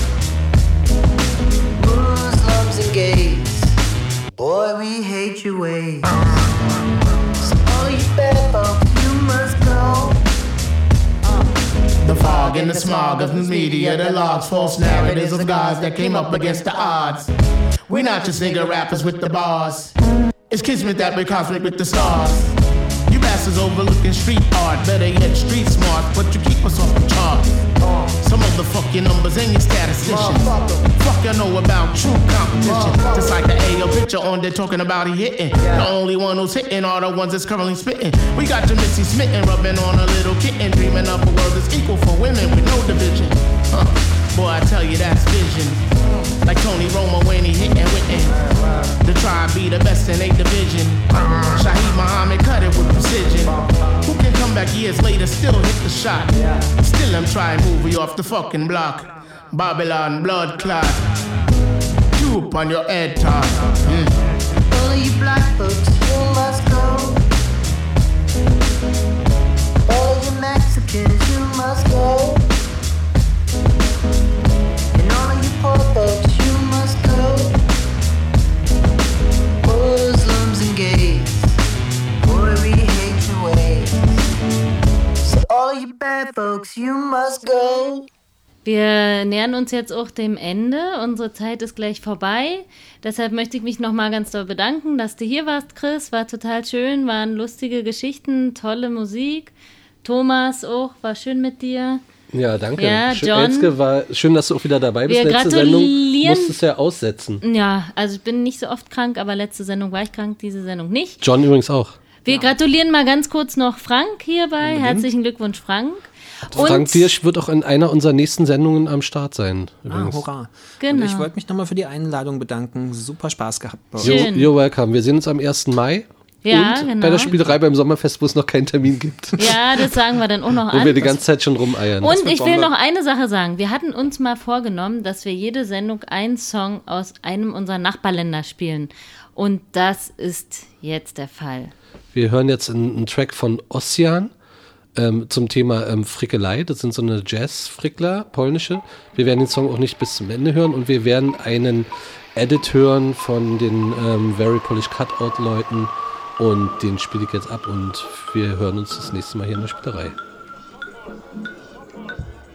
Muslims and gays, boy, we hate your ways. So all of you bad folks, you must go. The fog and the smog of news media, the logs, false narratives of gods that came up against the odds. We're not just nigga rappers with the bars. It's kismet that we're cosmic with the stars. You bastards overlooking street art, better yet street smart, but you keep us off the chart. Some of the fuck your numbers and your statisticians. Fuck you know about true competition. Just like the A O picture on there talking about he hitting. The only one who's hitting are the ones that's currently spitting. We got your Missy smitten, rubbing on a little kitten, dreaming up a world that's equal for women with no division. Huh. Boy, I tell you that's vision. Like Tony Romo when he hitting wittin'. To try and be the best in a division. Shaheed Muhammad cut it with precision. Who can come back years later, still hit the shot? Still I'm trying to move you off the fucking block. Babylon blood clot. You up on your head top. Mm. All of you black folks, you must go. All of you Mexicans, you must go. And all of you poor folks, you must go. Muslims and gays, boy, we hate your ways. So all of you bad folks, you must go. Wir nähern uns jetzt auch dem Ende. Unsere Zeit ist gleich vorbei. Deshalb möchte ich mich nochmal ganz doll bedanken, dass du hier warst, Chris. War total schön, waren lustige Geschichten, tolle Musik. Thomas auch, war schön mit dir. Ja, danke. Ja, schön, John. Elske, war schön, dass du auch wieder dabei bist. Wir Letzte gratulieren. Sendung musstest du ja aussetzen. Ja, also ich bin nicht so oft krank, aber letzte Sendung war ich krank, diese Sendung nicht. John übrigens auch. Wir gratulieren mal ganz kurz noch Frank hierbei. Unbedingt. Herzlichen Glückwunsch, Frank. Frank Diersch wird auch in einer unserer nächsten Sendungen am Start sein. Ah, Übrigens. hurra. Genau. Und ich wollte mich nochmal für die Einladung bedanken. Super Spaß gehabt bei euch. You're, you're welcome. Wir sehen uns am ersten Mai. Ja, und genau. bei der Spielerei beim Sommerfest, wo es noch keinen Termin gibt. Ja, das sagen wir dann auch noch Wo an. wir die ganze Zeit schon rumeiern. Und ich will noch eine Sache sagen. Wir hatten uns mal vorgenommen, dass wir jede Sendung einen Song aus einem unserer Nachbarländer spielen. Und das ist jetzt der Fall. Wir hören jetzt einen, einen Track von Ossian ähm, zum Thema ähm, Frickelei. Das sind so eine Jazz-Frickler, polnische. Wir werden den Song auch nicht bis zum Ende hören und wir werden einen Edit hören von den ähm, Very Polish Cutout-Leuten. Und den spiele ich jetzt ab und wir hören uns das nächste Mal hier in der Spielerei.